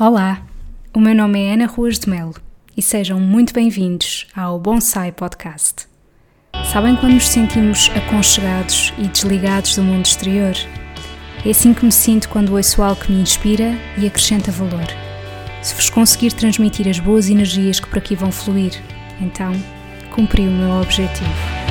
Olá, o meu nome é Ana Ruas de Melo e sejam muito bem-vindos ao Bonsai Podcast. Sabem quando nos sentimos aconchegados e desligados do mundo exterior? É assim que me sinto quando ouço algo que me inspira e acrescenta valor. Se vos conseguir transmitir as boas energias que por aqui vão fluir, então cumpri o meu objetivo.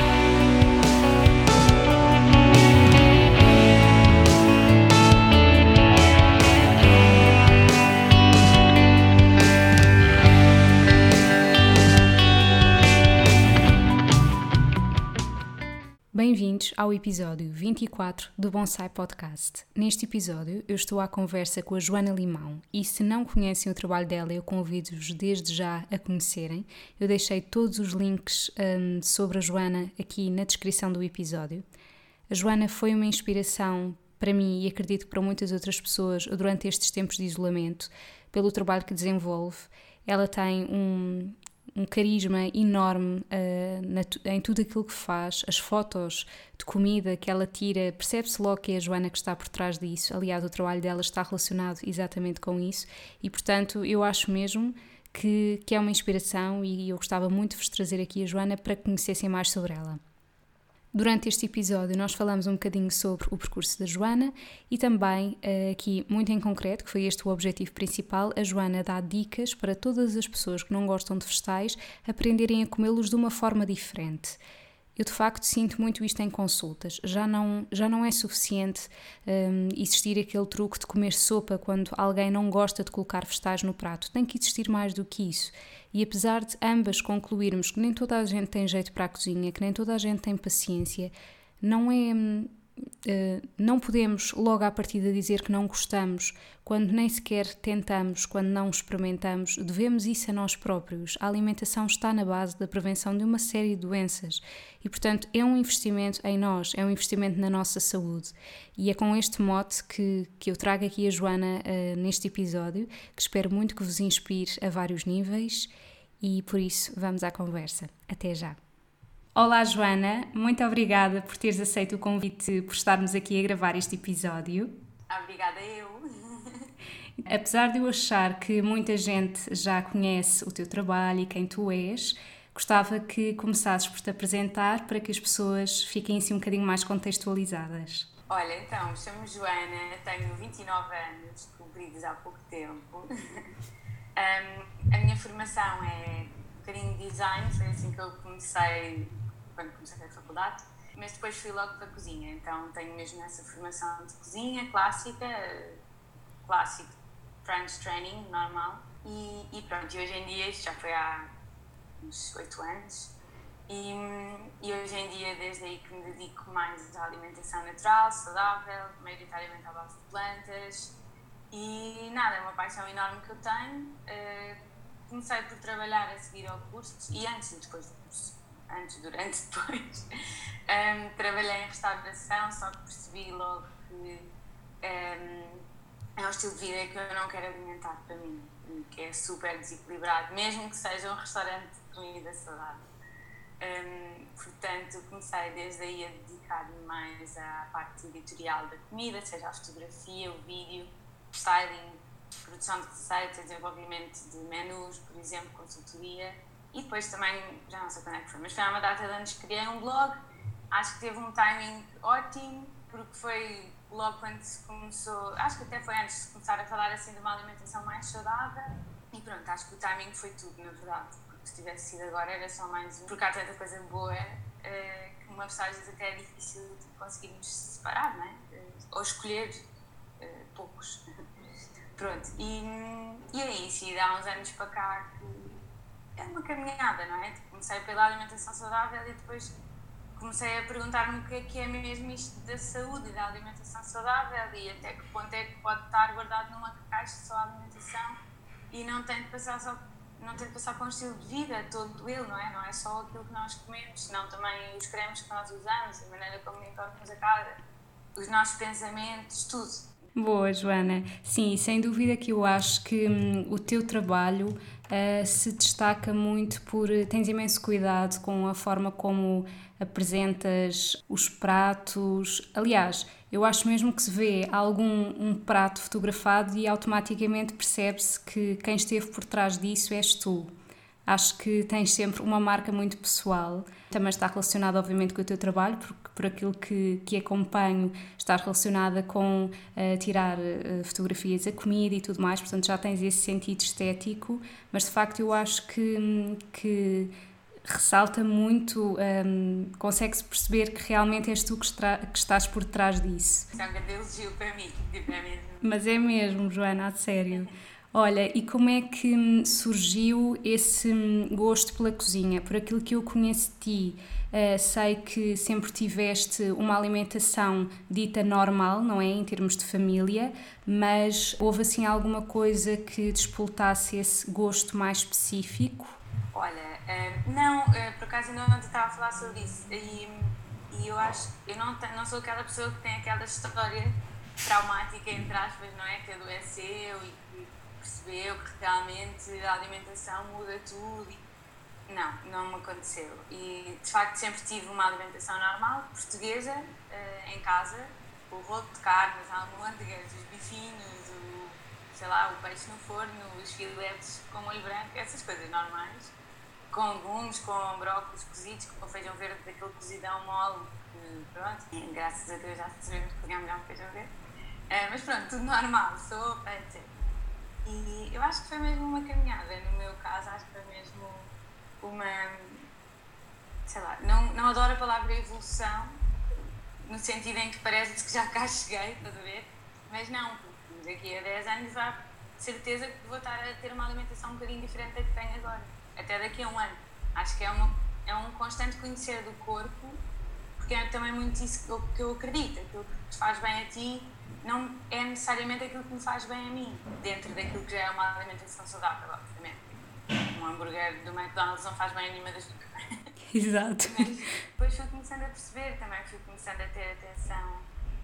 Bem-vindos ao episódio 24 do Bonsai Podcast. Neste episódio eu estou à conversa com a Joana Limão e se não conhecem o trabalho dela eu convido-vos desde já a conhecerem. Eu deixei todos os links sobre a Joana aqui na descrição do episódio. A Joana foi uma inspiração para mim e acredito que para muitas outras pessoas durante estes tempos de isolamento, pelo trabalho que desenvolve. Ela tem um carisma enorme em tudo aquilo que faz, as fotos de comida que ela tira, percebe-se logo que é a Joana que está por trás disso. Aliás, o trabalho dela está relacionado exatamente com isso e, portanto, eu acho mesmo que é uma inspiração e eu gostava muito de vos trazer aqui a Joana para que conhecessem mais sobre ela. Durante este episódio nós falamos um bocadinho sobre o percurso da Joana e também, aqui muito em concreto, que foi este o objetivo principal, a Joana dá dicas para todas as pessoas que não gostam de vegetais aprenderem a comê-los de uma forma diferente. Eu de facto sinto muito isto em consultas, já não é suficiente existir aquele truque de comer sopa quando alguém não gosta de colocar vegetais no prato, tem que existir mais do que isso. E apesar de ambas concluirmos que nem toda a gente tem jeito para a cozinha, que nem toda a gente tem paciência, não podemos logo à partida dizer que não gostamos, quando nem sequer tentamos, quando não experimentamos, devemos isso a nós próprios. A alimentação está na base da prevenção de uma série de doenças e, portanto, é um investimento em nós, é um investimento na nossa saúde. E é com este mote que eu trago aqui a Joana neste episódio, que espero muito que vos inspire a vários níveis e, por isso, vamos à conversa. Até já! Olá Joana, muito obrigada por teres aceito o convite, por estarmos aqui a gravar este episódio. Obrigada eu. Apesar de eu achar que muita gente já conhece o teu trabalho e quem tu és, gostava que começasses por te apresentar para que as pessoas fiquem assim um bocadinho mais contextualizadas. Olha, então, chamo-me Joana, tenho 29 anos, cumpridos há pouco tempo. A minha formação é um bocadinho de design, foi assim que eu comecei quando comecei a faculdade, mas depois fui logo para a cozinha, então tenho mesmo essa formação de cozinha clássico French training, normal, e pronto, e hoje em dia, isto já foi há uns 8 anos, e hoje em dia, desde aí que me dedico mais à alimentação natural, saudável, maioritariamente à base de plantas, e nada, é uma paixão enorme que eu tenho. Comecei por trabalhar a seguir ao curso, e antes e depois do curso, antes, durante, depois, trabalhei em restauração, só que percebi logo que é um estilo de vida que eu não quero alimentar para mim, que é super desequilibrado, mesmo que seja um restaurante de comida saudável. Portanto, comecei desde aí a dedicar-me mais à parte editorial da comida, seja a fotografia, o vídeo, styling, produção de receitas, desenvolvimento de menus, por exemplo, consultoria. E depois também, já não sei quando é que foi, mas foi há uma data de anos que criei um blog. Acho que teve um timing ótimo, porque foi logo quando se começou, acho que até foi antes de começar a falar assim de uma alimentação mais saudável. E pronto, acho que o timing foi tudo, na verdade, porque se tivesse sido agora era só mais um. Porque há tanta coisa boa que uma pessoa às vezes até é difícil de conseguirmos separar, não é? Ou escolher poucos. Pronto, e é isso, e há uns anos para cá que é uma caminhada, não é? Comecei pela alimentação saudável e depois comecei a perguntar-me o que é mesmo isto da saúde e da alimentação saudável e até que ponto é que pode estar guardado numa caixa só a alimentação e não tem de passar por um estilo de vida todo ele, não é? Não é só aquilo que nós comemos, senão também os cremes que nós usamos, a maneira como limpamos a cara, os nossos pensamentos, tudo. Boa, Joana. Sim, sem dúvida que eu acho que o teu trabalho se destaca muito por tens imenso cuidado com a forma como apresentas os pratos. Aliás, eu acho mesmo que se vê um prato fotografado e automaticamente percebe-se que quem esteve por trás disso és tu. Acho que tens sempre uma marca muito pessoal. Também está relacionada, obviamente, com o teu trabalho, porque por aquilo que acompanho, está relacionada com tirar fotografias a comida e tudo mais, portanto já tens esse sentido estético, mas de facto eu acho que ressalta muito, consegue-se perceber que realmente és tu que estás por trás disso. Isso é um grande elogio para mim, tipo, é mesmo. Mas é mesmo, Joana, a sério. Olha, e como é que surgiu esse gosto pela cozinha? Por aquilo que eu conheço de ti, sei que sempre tiveste uma alimentação dita normal, não é? Em termos de família, mas houve assim alguma coisa que despoltasse esse gosto mais específico? Olha, não, por acaso ainda não estava a falar sobre isso e eu acho, eu não sou aquela pessoa que tem aquela história traumática, entre aspas, não é? Que adoeceu e que percebeu que realmente a alimentação muda tudo. Não me aconteceu. E de facto sempre tive uma alimentação normal, portuguesa, em casa, com o rolo de carne, as almôndegas, os bifinhos, o peixe no forno, os filetes com molho branco, essas coisas normais. Com legumes, com brócolis cozidos, com feijão verde, daquele cozidão mole, pronto, e graças a Deus já sabemos cozinhar melhor um feijão verde. Mas pronto, tudo normal, sopa, etc. E eu acho que foi mesmo uma caminhada, no meu caso, acho que foi mesmo uma, sei lá, não adoro a palavra evolução, no sentido em que parece que já cá cheguei, estás a ver? Mas não, porque daqui a 10 anos vai certeza que vou estar a ter uma alimentação um bocadinho diferente da que tenho agora, até daqui a um ano. Acho que é um constante conhecer do corpo, porque é também muito isso que eu acredito, aquilo que te faz bem a ti não é necessariamente aquilo que me faz bem a mim, dentro daquilo que já é uma alimentação saudável, obviamente. Um hambúrguer do McDonald's não faz bem a nenhuma das duas. Exato. Mas depois fui começando a perceber também, fui começando a ter atenção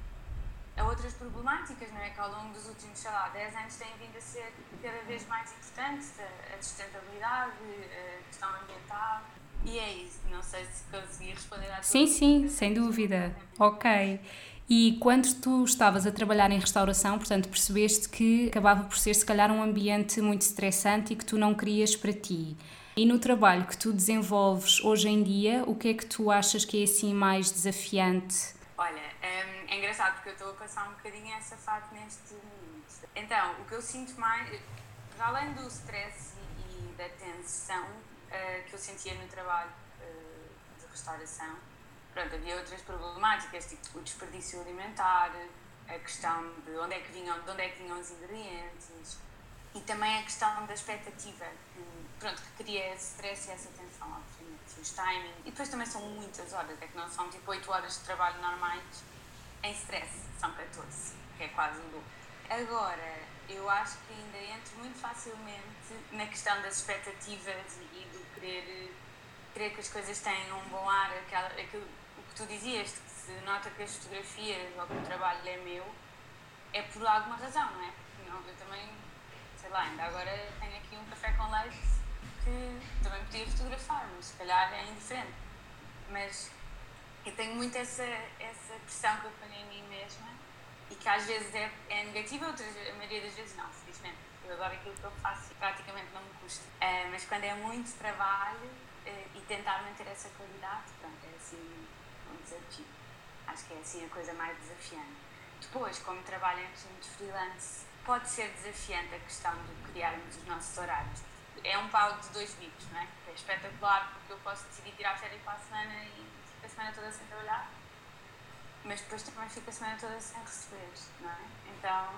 a outras problemáticas, não é? Que ao longo dos últimos, 10 anos têm vindo a ser cada vez mais importantes, a sustentabilidade, a questão ambiental. E é isso, não sei se consegui responder à tua Sim, pergunta. sem dúvida. Ok. E quando tu estavas a trabalhar em restauração, portanto, percebeste que acabava por ser, se calhar, um ambiente muito estressante e que tu não querias para ti. E no trabalho que tu desenvolves hoje em dia, o que é que tu achas que é assim mais desafiante? Olha, é engraçado porque eu estou a passar um bocadinho essa fase neste momento. Então, o que eu sinto mais, para além do stress e da tensão que eu sentia no trabalho de restauração, pronto, havia outras problemáticas, tipo o desperdício alimentar, a questão de onde é que vinham os ingredientes e também a questão da expectativa, que cria esse stress e essa tensão, obviamente, os timings. E depois também são muitas horas, é que não são tipo 8 horas de trabalho normais em stress, são 14, que é quase um dobro. Agora, eu acho que ainda entro muito facilmente na questão das expectativas e do querer que as coisas tenham um bom ar, aquilo que tu dizias, que se nota que as fotografias ou que o trabalho é meu, é por alguma razão, não é? Porque não, eu também, sei lá, ainda agora tenho aqui um café com leite que também podia fotografar, mas se calhar é indiferente. Mas eu tenho muito essa pressão que eu ponho em mim mesma e que às vezes é negativa, a maioria das vezes não, felizmente. Eu adoro aquilo que eu faço e praticamente não me custa. Mas quando é muito trabalho e tentar manter essa qualidade, pronto, é assim um desafio. Acho que é assim a coisa mais desafiante. Depois, como trabalho em regime de freelance, pode ser desafiante a questão de criarmos os nossos horários. É um pau de dois bicos, não é? É espetacular porque eu posso decidir tirar férias para a semana e fico a semana toda sem trabalhar, mas depois também fico a semana toda sem receber, não é? Então,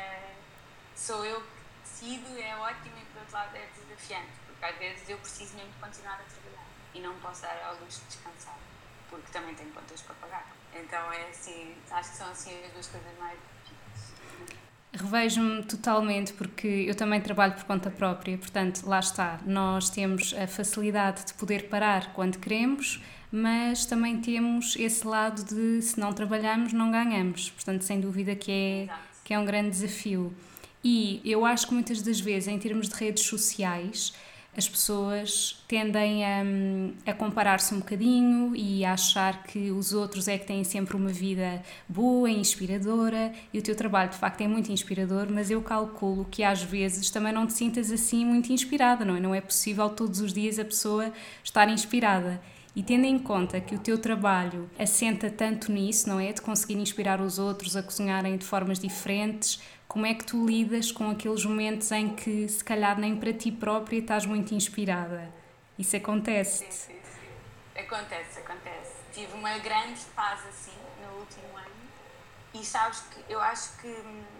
sou eu que decido, é ótimo e por outro lado é desafiante, porque às vezes eu preciso mesmo de continuar a trabalhar e não posso dar ao luxo de descansar, porque também tenho contas para pagar. Então é assim, acho que são assim as duas coisas mais difíceis. Revejo-me totalmente porque eu também trabalho por conta própria, portanto, lá está, nós temos a facilidade de poder parar quando queremos, mas também temos esse lado de se não trabalhamos, não ganhamos, portanto, sem dúvida que que é um grande desafio. E eu acho que muitas das vezes, em termos de redes sociais, as pessoas tendem a comparar-se um bocadinho e a achar que os outros é que têm sempre uma vida boa e inspiradora, e o teu trabalho de facto é muito inspirador, mas eu calculo que às vezes também não te sintas assim muito inspirada, não é? Não é possível todos os dias a pessoa estar inspirada. E tendo em conta que o teu trabalho assenta tanto nisso, não é? De conseguir inspirar os outros a cozinharem de formas diferentes, como é que tu lidas com aqueles momentos em que se calhar nem para ti própria estás muito inspirada? Isso Sim, acontece-te? sim, sim. Acontece. Tive uma grande fase assim no último ano e sabes que eu acho que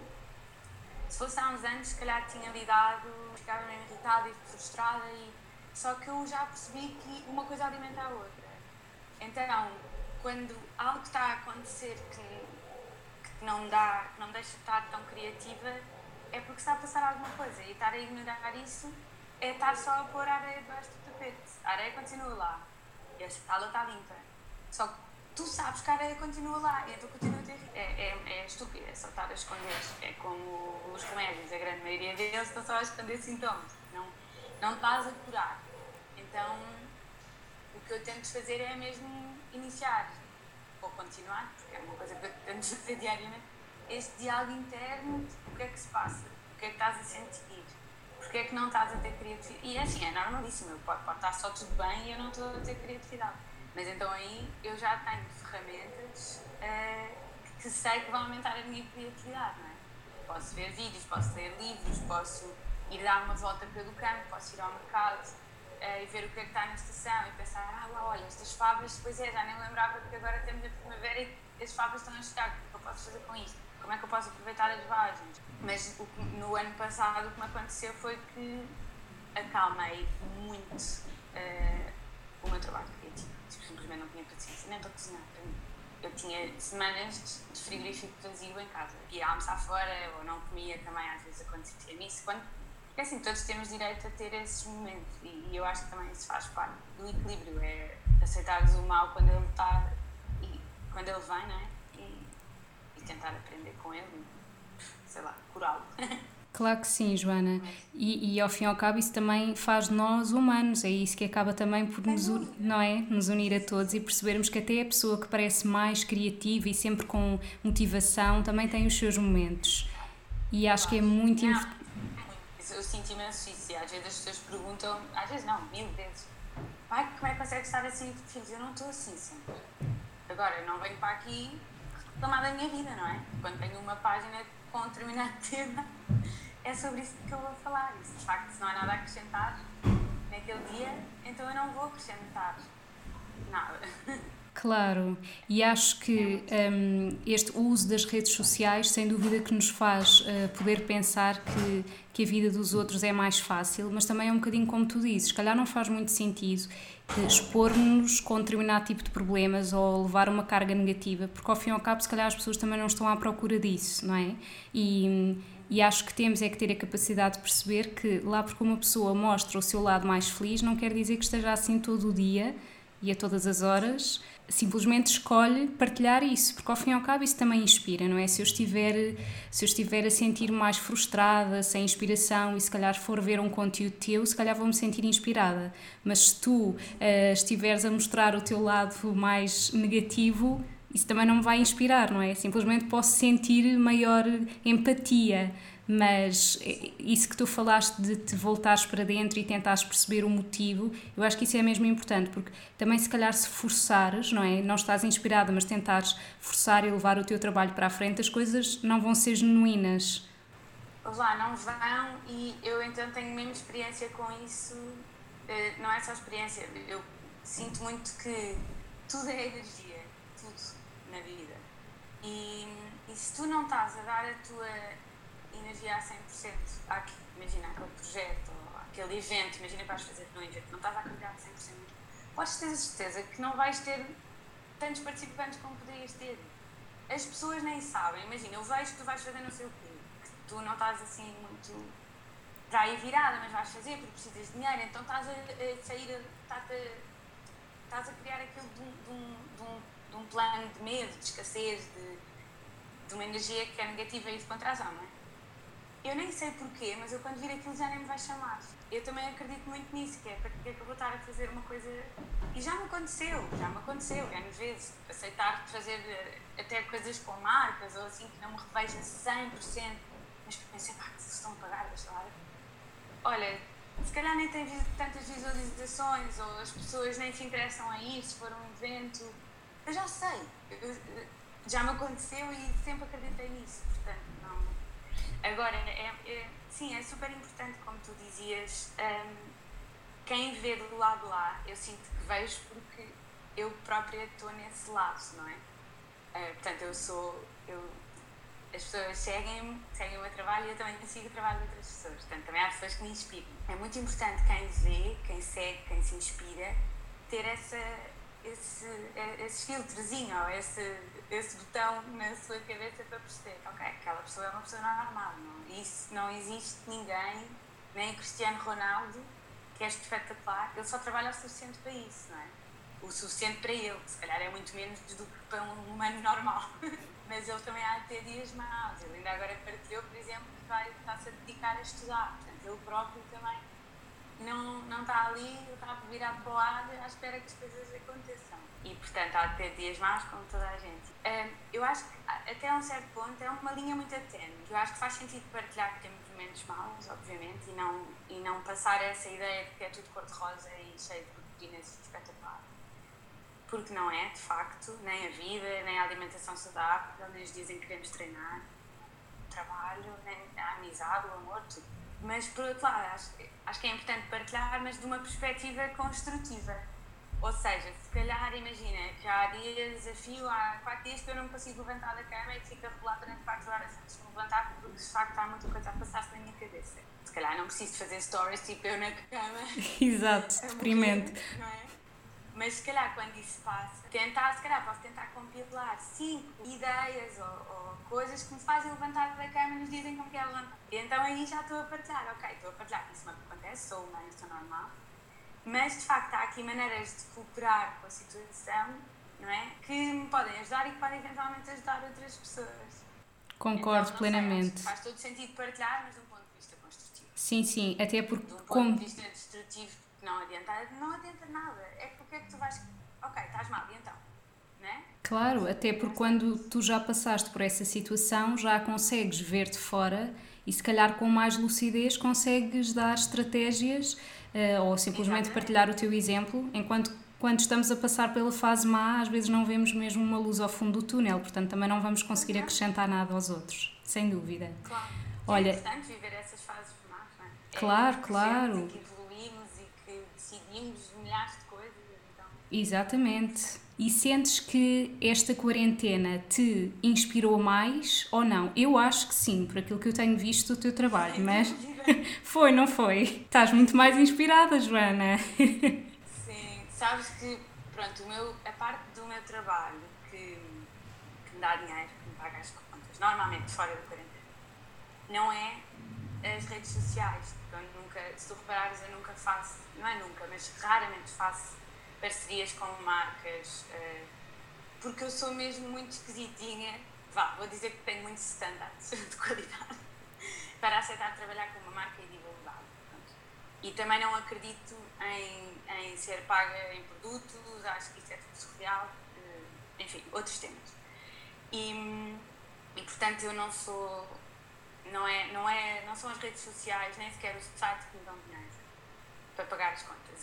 se fosse há uns anos, se calhar tinha lidado, ficava mesmo irritada e frustrada, só que eu já percebi que uma coisa alimenta a outra. Então, quando algo está a acontecer que não dá, que não me deixa estar tão criativa, é porque está a passar alguma coisa, e estar a ignorar isso é estar só a pôr a areia debaixo do tapete. A areia continua lá e a sala está limpa. Só que tu sabes que a areia continua lá e então continua a ter. É estúpido, é só estar a esconder. É como os remédios, a grande maioria deles estão só a esconder sintomas. Não estás a curar. Então, o que eu tento fazer é mesmo iniciar ou continuar, porque é uma coisa que eu tento fazer diariamente, este diálogo interno de o que é que se passa, o que é que estás a sentir, porque é que não estás a ter criatividade. E assim, é normalíssimo, pode estar só tudo bem e eu não estou a ter criatividade. Mas então aí eu já tenho ferramentas que sei que vão aumentar a minha criatividade, não é? Posso ver vídeos, posso ler livros, posso ir dar uma volta pelo campo, posso ir ao mercado e ver o que é que está na estação e pensar, olha, estas favas, pois é, já nem me lembrava que agora temos a primavera e as favas estão a chegar, o que é que eu posso fazer com isto? Como é que eu posso aproveitar as vagens? Mas no ano passado o que me aconteceu foi que acalmei muito o meu trabalho criativo. Simplesmente não tinha paciência, nem para cozinhar para mim. Eu tinha semanas de frigorífico vazio em casa. Ia almoçar fora ou não comia também, às vezes acontecia-me isso. Porque assim, todos temos direito a ter esses momentos e eu acho que também isso faz parte do equilíbrio, é aceitares o mal quando ele está e quando ele vem, não é? E tentar aprender com ele e, sei lá, curá-lo. Claro que sim, Joana. E ao fim e ao cabo isso também faz de nós humanos, é isso que acaba também por não é? Nos unir a todos e percebermos que até a pessoa que parece mais criativa e sempre com motivação também tem os seus momentos. E acho que é muito importante. Eu sinto imenso isso e às vezes as pessoas perguntam, às vezes não, 1000 vezes, pai, como é que consegues estar assim com filhos? Eu não estou assim sempre. Agora, eu não venho para aqui reclamar da minha vida, não é? Quando tenho uma página com um determinado tema, é sobre isso que eu vou falar. E se de facto se não há nada a acrescentar naquele dia, então eu não vou acrescentar nada. Claro, e acho que este uso das redes sociais, sem dúvida que nos faz poder pensar que a vida dos outros é mais fácil, mas também é um bocadinho como tu dizes, se calhar não faz muito sentido expor-nos com um determinado tipo de problemas ou levar uma carga negativa, porque ao fim e ao cabo se calhar as pessoas também não estão à procura disso, não é? E acho que temos é que ter a capacidade de perceber que lá porque uma pessoa mostra o seu lado mais feliz, não quer dizer que esteja assim todo o dia e a todas as horas, simplesmente escolhe partilhar isso, porque ao fim e ao cabo isso também inspira, não é? Se eu estiver a sentir mais frustrada, sem inspiração e se calhar for ver um conteúdo teu, se calhar vou-me sentir inspirada, mas se tu estiveres a mostrar o teu lado mais negativo, isso também não me vai inspirar, não é? Simplesmente posso sentir maior empatia, mas isso que tu falaste de te voltares para dentro e tentares perceber o motivo, eu acho que isso é mesmo importante, porque também se calhar se forçares, não é? Não estás inspirada, mas tentares forçar e levar o teu trabalho para a frente, as coisas não vão ser genuínas. Lá não vão e eu então tenho mesmo experiência com isso, não é só experiência, eu sinto muito que tudo é energia, tudo na vida. E se tu não estás a dar a tua energia a 100%, imagina aquele projeto ou aquele evento, imagina que vais fazer num evento, não estás a acreditar a 100%, podes ter a certeza que não vais ter tantos participantes como poderias ter. As pessoas nem sabem, imagina, eu vejo que tu vais fazer não sei o quê, que tu não estás assim muito para aí virada, mas vais fazer porque precisas de dinheiro, então estás a sair, estás a criar aquilo de um plano de medo, de escassez, de uma energia que é negativa e de contração, não é? Eu nem sei porquê, mas eu quando vir aquilo já nem me vai chamar. Eu também acredito muito nisso, que é para que é que eu vou estar a fazer uma coisa... E já me aconteceu, N vezes, aceitar fazer até coisas com marcas ou assim, que não me reveja 100%, mas pensei, pá, que se estão a pagar, deixa lá. Olha, se calhar nem tem tantas visualizações, ou as pessoas nem se interessam a ir, se for um evento. Eu já sei, já me aconteceu e sempre acreditei nisso, portanto, não... Agora, sim, é super importante, como tu dizias, quem vê do lado de lá, eu sinto que vejo porque eu própria estou nesse lado, não é? Portanto, as pessoas seguem-me, seguem o meu trabalho e eu também sigo o trabalho de outras pessoas, portanto, também há pessoas que me inspiram. É muito importante quem vê, quem segue, quem se inspira, ter esse filtrozinho, ou esse botão na sua cabeça para perceber, ok, aquela pessoa é uma pessoa normal, isso não existe ninguém, nem Cristiano Ronaldo, que é espetacular, ele só trabalha o suficiente para isso, não é? O suficiente para ele, que se calhar é muito menos do que para um humano normal, mas ele também há de ter dias maus. Ele ainda agora partilhou, por exemplo, que está-se a dedicar a estudar, portanto ele próprio também não está ali, está virado para o lado à espera que as coisas aconteçam. E, portanto, há de ter dias maus como toda a gente. Eu acho que, até um certo ponto, é uma linha muito tenue. Eu acho que faz sentido partilhar que temos momentos maus, obviamente, e não passar essa ideia de que é tudo cor-de-rosa e cheio de proteínas espetacular. Porque não é, de facto, nem a vida, nem a alimentação saudável, nem os dias em que queremos treinar, o trabalho, nem a amizade, o amor, tudo. Mas, por outro lado, acho que é importante partilhar, mas de uma perspectiva construtiva. Ou seja, se calhar, imagina que há desafio, há 4 dias que eu não consigo levantar da cama e que fico a rolar durante 4 horas antes de me levantar, porque de facto há muita coisa a passar-se na minha cabeça. Se calhar não preciso fazer stories tipo eu na cama. Exato, deprimente. Não é? Mas se calhar quando isso passa, posso tentar compilar 5 ideias ou coisas que me fazem levantar da cama nos dias em que eu me quero levantar. E então aí já estou a partilhar, estou a partilhar que isso me acontece, sou humana, sou normal. Mas de facto há aqui maneiras de cooperar com a situação, não é? Que me podem ajudar e que podem eventualmente ajudar outras pessoas. Concordo então, plenamente. Sei, faz todo sentido partilhar, mas de um ponto de vista construtivo. Sim, até porque... De um ponto de vista destrutivo, não adianta nada. É porque é que tu vais... Ok, estás mal, e então? Não é? Claro, até porque quando tu já passaste por essa situação, já consegues ver de fora e se calhar com mais lucidez consegues dar estratégias ou simplesmente partilhar o teu exemplo, enquanto quando estamos a passar pela fase má, às vezes não vemos mesmo uma luz ao fundo do túnel, portanto também não vamos conseguir acrescentar nada aos outros, sem dúvida. Claro. Olha, é importante viver essas fases más, não é? Claro. E que evoluímos e que decidimos milhares de coisas, então... Exatamente. E sentes que esta quarentena te inspirou mais ou não? Eu acho que sim, por aquilo que eu tenho visto do teu trabalho, mas foi, não foi? Estás muito mais inspirada, Joana. Sim, sabes que, pronto, a parte do meu trabalho que me dá dinheiro, que me paga as contas, normalmente fora da quarentena, não é as redes sociais. Eu nunca, se tu reparares, eu nunca faço, não é nunca, mas raramente faço parcerias com marcas, porque eu sou mesmo muito esquisitinha, vou dizer que tenho muitos standards de qualidade para aceitar trabalhar com uma marca e divulgar. E também não acredito em ser paga em produtos, acho que isso é tudo surreal, enfim, outros temas. E portanto eu não sou, não são as redes sociais, nem sequer o site que me dão dinheiro para pagar as contas.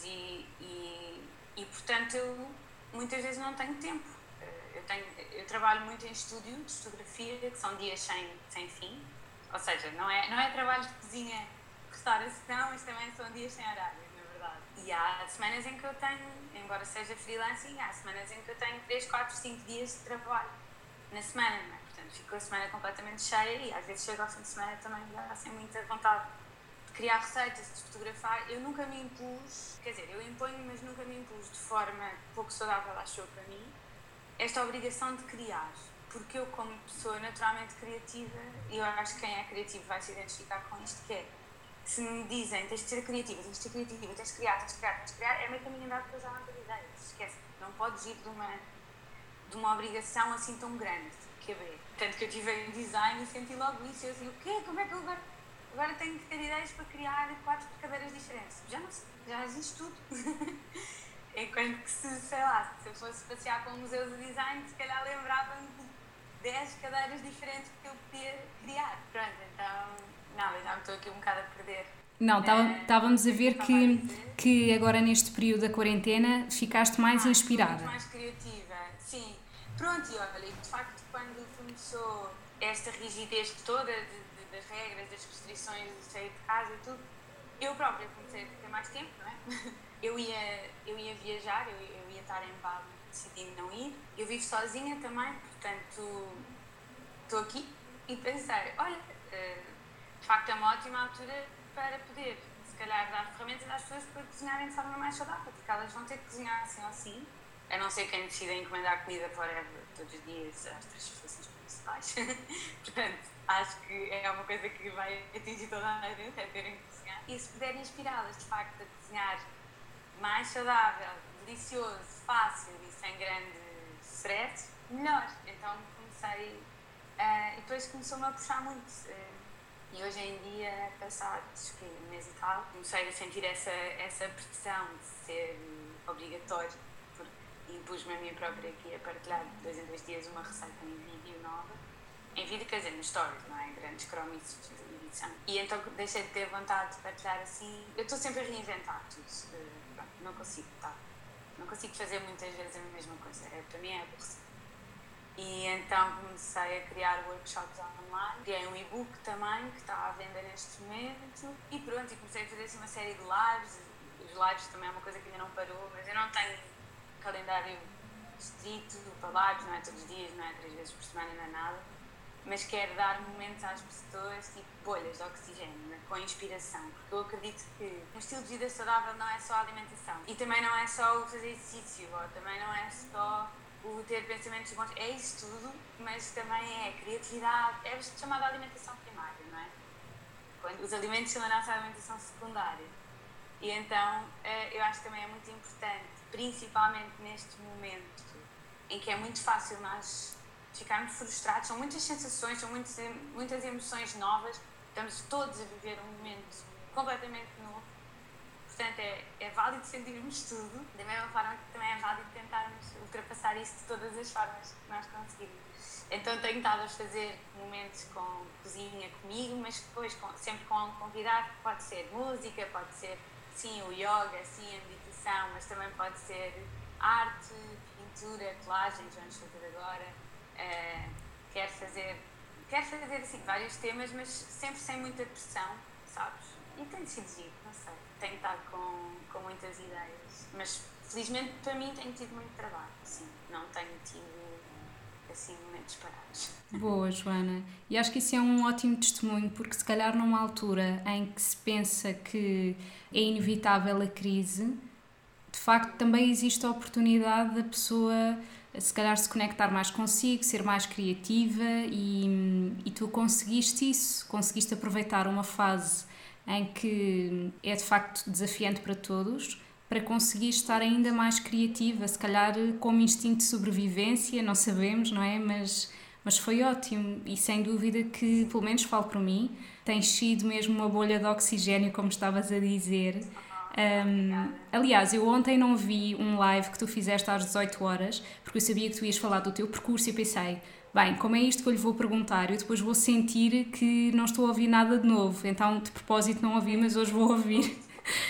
E portanto eu muitas vezes não tenho tempo. Eu trabalho muito em estúdio de fotografia, que são dias sem fim, ou seja, não é trabalho de cozinha, restauração, mas também são dias sem horário, na verdade. E há semanas em que eu tenho, embora seja freelancing, há semanas em que eu tenho 3, 4, 5 dias de trabalho na semana, não é? Portanto, fico a semana completamente cheia e às vezes chego ao fim de semana também já sem muita vontade de criar receitas, de fotografar. Eu nunca me impus, quer dizer, eu imponho, mas nunca me impus de forma pouco saudável, acho eu, para mim, esta obrigação de criar. Porque eu, como pessoa naturalmente criativa, e eu acho que quem é criativo vai se identificar com isto, que é, se me dizem, tens de ser criativa, tens de criar, é meio caminho andado para eu já não ter ideias. Esquece, não podes ir de uma obrigação assim tão grande, caber. Tanto que eu tive em design e senti logo isso. Eu assim, o quê? Como é que eu agora tenho que ter ideias para criar 4 cadeiras diferentes? Já não sei, já existe tudo. Enquanto que sei lá, se eu fosse passear com museus de design, se calhar lembrava-me de 10 cadeiras diferentes que eu podia criar. Pronto, então, não, já me estou aqui um bocado a perder. Não, estávamos a ver que agora neste período da quarentena ficaste mais inspirada. Muito mais criativa, sim. Pronto, e olha, de facto, quando começou esta rigidez toda das regras, das restrições de sair de casa e tudo, eu própria comecei a ter mais tempo, não é? Eu ia viajar, eu ia estar em Bali, decidi não ir. Eu vivo sozinha também, portanto, estou aqui e pensei, olha, de facto é uma ótima altura para poder, se calhar, dar ferramentas às pessoas para cozinharem de forma mais saudável, porque elas vão ter que cozinhar assim ou assim, a não ser quem decida encomendar comida forever todos os dias às 3 refeições principais. Portanto, acho que é uma coisa que vai atingir toda a gente, é terem que cozinhar. E se puderem inspirá-las, de facto, a cozinhar mais saudável, delicioso, fácil e sem grande stress, melhor. Então comecei, e depois começou-me a puxar muito. E hoje em dia, passados um mês e tal, comecei a sentir essa pressão de ser obrigatório, porque impus-me a mim própria aqui a partilhar de 2 em 2 dias uma receita em vídeo nova. Em vídeo, quer dizer, nos stories, não é? Grandes cromices de edição. E então deixei de ter vontade de partilhar assim. Eu estou sempre a reinventar tudo. Pronto, não consigo, tá? Não consigo fazer muitas vezes a mesma coisa. Para mim é aborrecido. E então comecei a criar workshops online, criei um e-book também que está à venda neste momento e pronto, e comecei a fazer assim uma série de lives. Os lives também é uma coisa que ainda não parou, mas eu não tenho calendário estrito para lives, não é todos os dias, não é 3 vezes por semana, não é nada, mas quero dar momentos às pessoas, tipo bolhas de oxigênio, com inspiração, porque eu acredito que um estilo de vida saudável não é só a alimentação e também não é só o fazer exercício, ou também não é só o ter pensamentos bons, é isso tudo, mas também é criatividade, é chamada alimentação primária, não é? Quando os alimentos são a nossa alimentação secundária. E então eu acho que também é muito importante, principalmente neste momento em que é muito fácil nós ficarmos frustrados, são muitas sensações, são muitas emoções novas, estamos todos a viver um momento completamente novo. Portanto, é válido sentirmos tudo, da mesma forma que também é válido tentarmos ultrapassar isso de todas as formas que nós conseguimos. Então, tenho estado a fazer momentos com cozinha comigo, mas depois sempre com um convidado, pode ser música, pode ser, sim, o yoga, sim, a meditação, mas também pode ser arte, pintura, colagens, vamos fazer agora. Quero fazer assim, vários temas, mas sempre sem muita pressão, sabes? E tem sido giro, não sei. Tenho estado com muitas ideias, mas felizmente para mim tenho tido muito trabalho, sim, não tenho tido assim momentos parados. Boa, Joana. E acho que isso é um ótimo testemunho, porque se calhar numa altura em que se pensa que é inevitável a crise, de facto também existe a oportunidade da pessoa se calhar se conectar mais consigo, ser mais criativa e tu conseguiste isso, conseguiste aproveitar uma fase em que é de facto desafiante para todos, para conseguir estar ainda mais criativa, se calhar como instinto de sobrevivência, não sabemos, não é? Mas foi ótimo e sem dúvida que, pelo menos falo por mim, tens sido mesmo uma bolha de oxigénio, como estavas a dizer. Aliás, eu ontem não vi um live que tu fizeste às 18 horas, porque eu sabia que tu ias falar do teu percurso e pensei, bem, como é isto que eu lhe vou perguntar? Eu depois vou sentir que não estou a ouvir nada de novo, então de propósito não ouvi, mas hoje vou ouvir.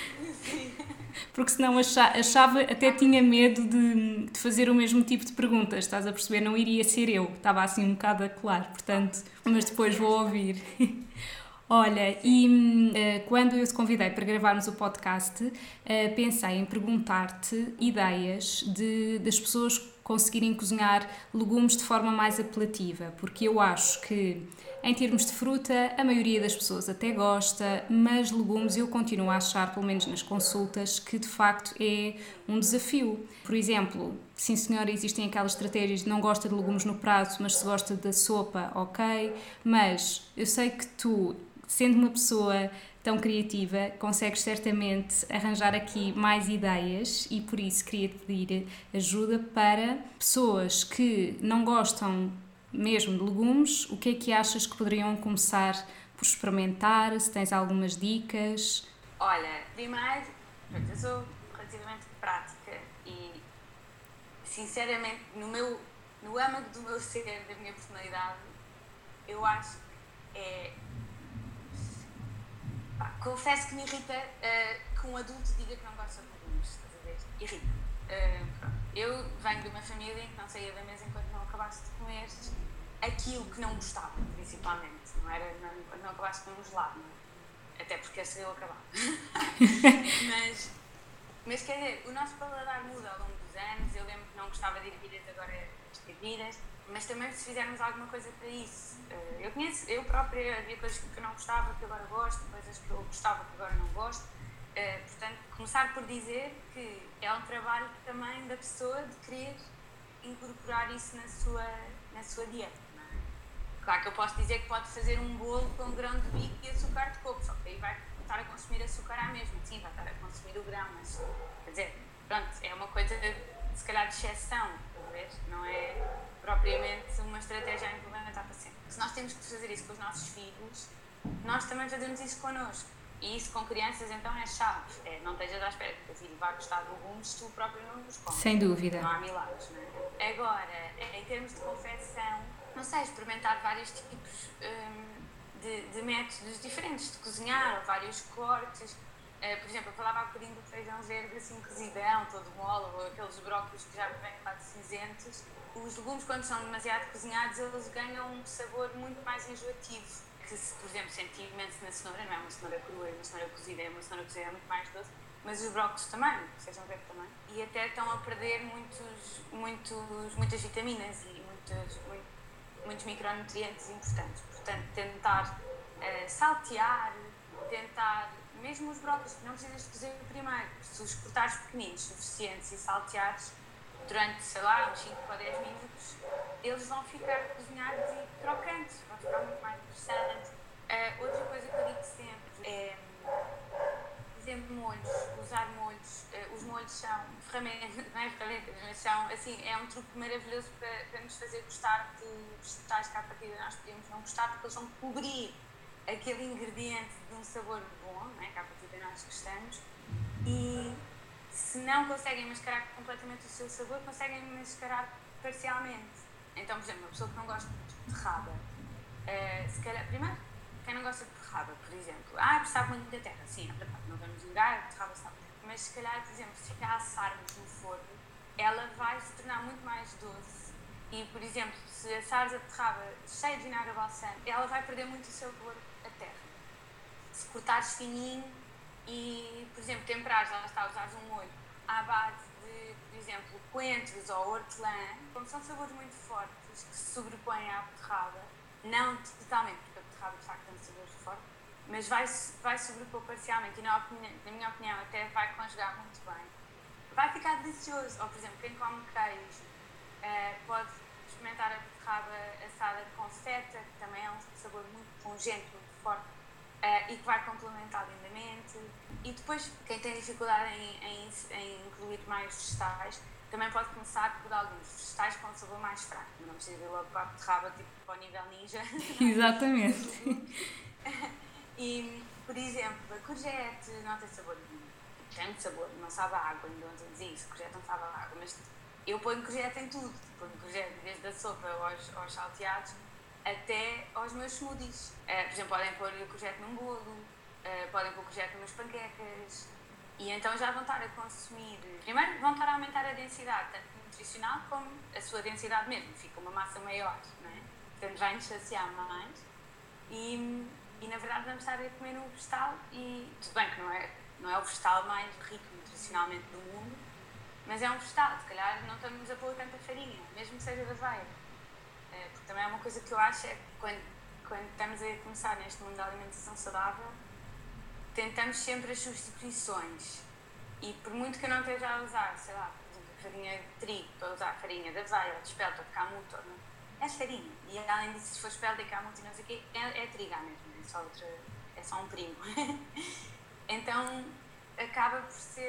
Porque senão achava, até tinha medo de fazer o mesmo tipo de perguntas, estás a perceber? Não iria ser eu, estava assim um bocado a colar, portanto, mas depois vou ouvir. Olha, e quando eu te convidei para gravarmos o podcast, pensei em perguntar-te ideias das pessoas conseguirem cozinhar legumes de forma mais apelativa, porque eu acho que, em termos de fruta, a maioria das pessoas até gosta, mas legumes eu continuo a achar, pelo menos nas consultas, que de facto é um desafio. Por exemplo, sim senhora, existem aquelas estratégias de não gosta de legumes no prato, mas se gosta da sopa, ok, mas eu sei que tu, sendo uma pessoa tão criativa, consegues certamente arranjar aqui mais ideias e por isso queria te pedir ajuda para pessoas que não gostam mesmo de legumes, o que é que achas que poderiam começar por experimentar? Se tens algumas dicas? Olha, primeiro, pronto, eu sou relativamente prática e, sinceramente, no âmago do meu ser, da minha personalidade, eu acho que confesso que me irrita que um adulto diga que não gosta de legumes, estás a ver? Irrita. Eu venho de uma família em que não saía da mesa enquanto não acabasse de comer aquilo que não gostava, principalmente. Enquanto não acabasse de comer um gelado, não é? Até porque esse eu acabava. Mas quer dizer, o nosso paladar muda ao longo dos anos. Eu lembro que não gostava de ervilhas, agora as ervilhas. Mas também se fizermos alguma coisa para isso. Eu própria havia coisas que eu não gostava, que agora gosto, coisas que eu gostava, que agora não gosto. Portanto, começar por dizer que é um trabalho também da pessoa de querer incorporar isso na sua dieta. Não é? Claro que eu posso dizer que pode fazer um bolo com grão de bico e açúcar de coco, só que aí vai estar a consumir açúcar à mesma. Sim, vai estar a consumir o grão, mas quer dizer, pronto, é uma coisa se calhar de exceção, talvez, não é propriamente uma estratégia a implementar para sempre. Se nós temos que fazer isso com os nossos filhos, nós também fazemos isso connosco. E isso com crianças então é chave. Não estejas à espera que o teu filho vá gostar de legumes se tu próprio não os comes. Sem dúvida. Não há milagres, não é? Agora, em termos de confecção, não sei, experimentar vários tipos de métodos diferentes de cozinhar, ou vários cortes. Por exemplo, eu falava há bocadinho do feijão verde assim cozidão, todo mole, ou aqueles brócolis que já vêm quase cinzentos. Os legumes, quando são demasiado cozinhados, eles ganham um sabor muito mais enjoativo. Que se, por exemplo, senti imenso na cenoura, não é uma cenoura crua, uma cenoura cozida é muito mais doce, mas os brócolis também, o feijão verde também. E até estão a perder muitas vitaminas e muitos micronutrientes importantes. Portanto, tentar saltear, mesmo os brócolis, que não precisas de cozer primeiro, se os cortares pequeninos, suficientes e salteares durante, sei lá, uns 5 ou 10 minutos, eles vão ficar cozinhados e crocantes, vão ficar muito mais interessantes. Outra coisa que eu digo sempre é fazer molhos, usar molhos. Os molhos são ferramentas, não é ferramentas, mas são, assim, é um truque maravilhoso para nos fazer gostar de vegetais que à partida nós podíamos não gostar, porque eles vão cobrir aquele ingrediente de um sabor bom, não é? Que à partida nós gostamos, e se não conseguem mascarar completamente o seu sabor, conseguem mascarar parcialmente. Então, por exemplo, uma pessoa que não gosta de raba, se calhar, primeiro, quem não gosta de raba, por exemplo, sabe muito da terra, sim, é verdade, não vamos negar, de raba sabe, mas se calhar, por exemplo, se ficar a assarmos no forno, ela vai se tornar muito mais doce e, por exemplo, se assares a beterraba cheia de vinagre balsâmico, ela vai perder muito o seu sabor a terra. Se cortares fininho e, por exemplo, temperares, lá está, usares um molho à base de, por exemplo, coentros ou hortelã, como são sabores muito fortes que se sobrepõem à beterraba, não totalmente, porque a beterraba de facto tem um sabor forte, mas vai sobrepor parcialmente e, na minha opinião, até vai conjugar muito bem. Vai ficar delicioso. Ou, por exemplo, quem come queijo pode experimentar a beterraba assada com feta, que também é um sabor muito pungente, muito forte, e que vai complementar lindamente. E depois, quem tem dificuldade em incluir mais vegetais, também pode começar por alguns vegetais com um sabor mais fraco. Não precisa ir logo para a beterraba, tipo, para o nível ninja. Exatamente. E, por exemplo, a courgette não tem sabor nenhum. Tem muito sabor, não sabe a água, ainda ontem dizia isso, courgette não sabe a água, mas eu ponho courgette em tudo. Ponho courgette desde a sopa aos salteados até aos meus smoothies. Por exemplo, podem pôr courgette num bolo, podem pôr courgette nas panquecas, e então já vão estar a consumir. Primeiro, vão estar a aumentar a densidade, tanto nutricional como a sua densidade mesmo, fica uma massa maior, não é? Portanto, vai-nos saciar mais. E na verdade, vamos estar a comer um vegetal, e tudo bem que não é o vegetal mais rico nutricionalmente do mundo, mas é um vegetal, se calhar não estamos a pôr tanta farinha, mesmo que seja da aveia. Porque também é uma coisa que eu acho é que quando estamos a começar neste mundo da alimentação saudável, tentamos sempre as substituições. E por muito que eu não esteja a usar, sei lá, por exemplo, farinha de trigo, para usar farinha de aveia, ou de espelta, ou de camuto, é farinha. E além disso, se for espelta e camuto e não sei o quê, é trigo mesmo, é só um primo. Então, acaba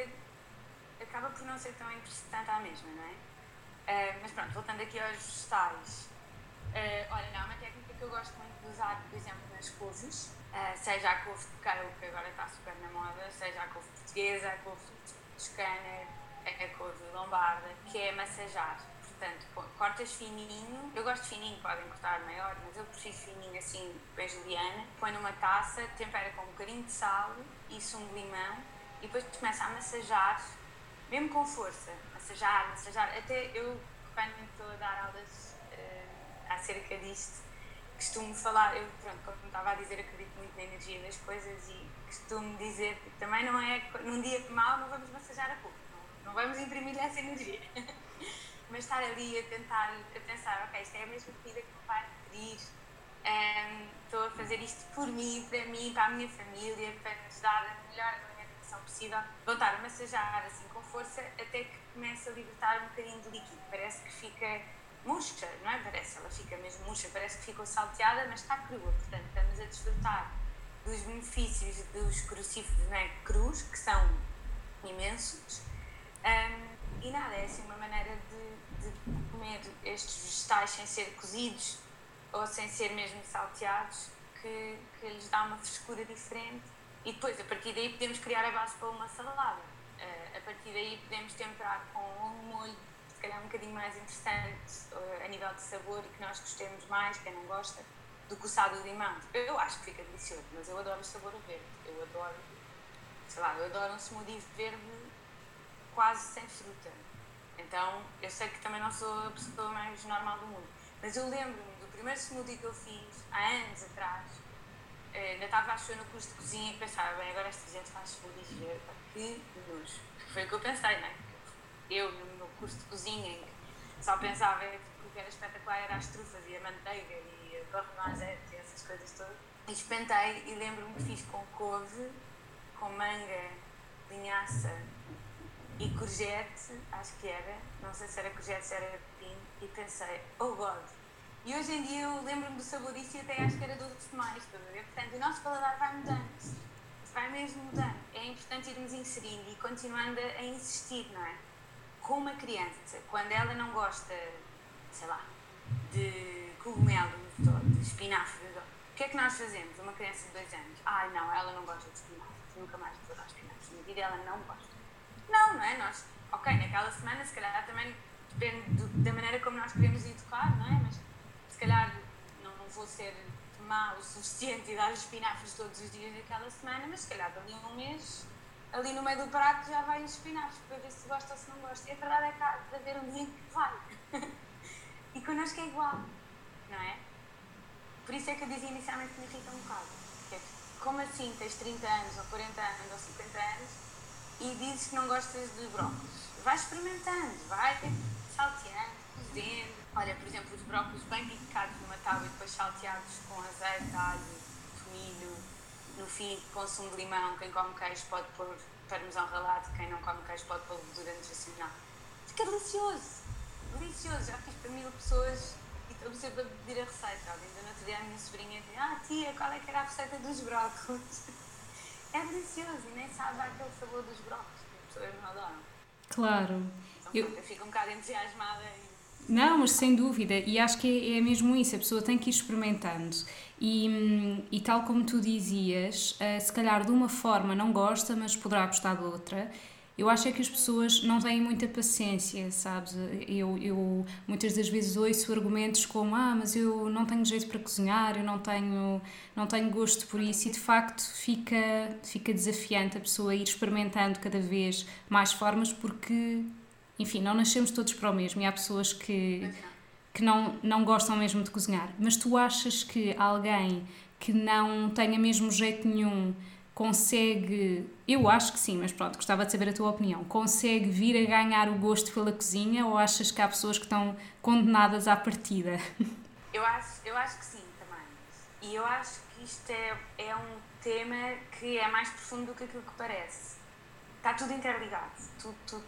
por não ser tão interessante à mesma, não é? Mas pronto, voltando aqui aos vegetais, Olha, não, é uma técnica que eu gosto muito de usar, por exemplo, nas couves, seja a couve de caril, que agora está super na moda, seja a couve portuguesa, a couve toscana, a couve lombarda, que é massajar. Portanto, cortas fininho, eu gosto de fininho, podem cortar maior, mas eu prefiro fininho assim, bem juliana. Põe numa taça, tempera com um bocadinho de sal e sumo de limão e depois começa a massajar, mesmo com força, massajar. Até eu, quando estou a dar aulas acerca disto, costumo falar, eu, pronto, como estava a dizer, acredito muito na energia das coisas e costumo dizer que também não é, num dia mau não vamos massajar a couve, não vamos imprimir essa energia. Mas estar ali a tentar, a pensar, ok, isto é a mesma comida que me vai nutrir, estou a fazer isto por mim, para a minha família, para nos dar a melhor alimentação possível. Vou estar a massajar assim com força até que comece a libertar um bocadinho de líquido. Parece que fica murcha, não é? Ela fica mesmo murcha, parece que ficou salteada, mas está crua. Portanto, estamos a desfrutar dos benefícios dos crucíferos, não é? Crus, que são imensos. E nada, é assim uma maneira de comer estes vegetais sem ser cozidos ou sem ser mesmo salteados, que lhes dá uma frescura diferente. E depois, a partir daí, podemos criar a base para uma salada. A partir daí, podemos temperar com um molho, se calhar um bocadinho mais interessante a nível de sabor e que nós gostemos mais, quem não gosta, do que o sal do limão. Eu acho que fica delicioso, mas eu adoro o sabor verde. Eu adoro um smoothie verde quase sem fruta. Então, eu sei que também não sou a pessoa mais normal do mundo, mas eu lembro-me do primeiro smoothie que eu fiz, há anos atrás, ainda estava a no curso de cozinha e pensava, bem, agora esta gente faz smoothies verdes, que nojo. Foi o que eu pensei, não é? Eu, no meu curso de cozinha, só pensava que o que era espetacular era as trufas e a manteiga e a beurre noisette e essas coisas todas. E experimentei e lembro-me que fiz com couve, com manga, linhaça e courgette, acho que era, não sei se era courgette, se era pepino, e pensei, oh God! E hoje em dia eu lembro-me do sabor disso e até acho que era doce demais, estás a ver? Portanto, o nosso paladar vai mudando, vai mesmo mudando. É importante irmos inserindo e continuando a insistir, não é? Com uma criança, quando ela não gosta, sei lá, de cogumelo, de espinafre, o que é que nós fazemos? Uma criança de 2 anos, não, ela não gosta de espinafre, nunca mais vou dar espinafre, na vida ela não gosta. Não é? Nós, ok, naquela semana, se calhar também depende da maneira como nós queremos educar, não é? Mas se calhar não vou ser má o suficiente e dar os espinafres todos os dias daquela semana, mas se calhar dali a um mês, ali no meio do prato já vai os espinafres para ver se gosta ou se não gosta. E a verdade é que há de haver um dia que vai. E connosco é igual, não é? Por isso é que eu dizia inicialmente que me irrita um bocado. Que é, como assim tens 30 anos, ou 40 anos, ou 50 anos, e dizes que não gostas de brócolis? Vai experimentando, vai salteando, cozendo. Olha, por exemplo, os brócolis bem picados numa tábua e depois salteados com azeite, alho, tomilho, no fim com sumo de limão. Quem come queijo pode pôr parmesão ralado, quem não come queijo pode pôr gordura nutricional. Fica delicioso, delicioso. Já fiz para 1000 pessoas e estou sempre a pedir a receita. Ainda no outro dia a minha sobrinha disse, tia, qual é que era a receita dos brócolis? É delicioso e nem sabe aquele sabor dos brócolis que as pessoas não adoram. Claro. Então, eu fico um bocado entusiasmada. Não, mas sem dúvida, e acho que é mesmo isso, a pessoa tem que ir experimentando e tal como tu dizias, se calhar de uma forma não gosta, mas poderá gostar de outra. Eu acho é que as pessoas não têm muita paciência, sabes? Eu muitas das vezes ouço argumentos como mas eu não tenho jeito para cozinhar, eu não tenho gosto por isso, e de facto fica desafiante a pessoa ir experimentando cada vez mais formas, porque, enfim, não nascemos todos para o mesmo e há pessoas que não gostam mesmo de cozinhar. Mas tu achas que alguém que não tenha mesmo jeito nenhum consegue, eu acho que sim, mas pronto, gostava de saber a tua opinião, consegue vir a ganhar o gosto pela cozinha, ou achas que há pessoas que estão condenadas à partida? Eu acho que sim, também. E eu acho que isto é um tema que é mais profundo do que aquilo que parece. Está tudo interligado, tudo.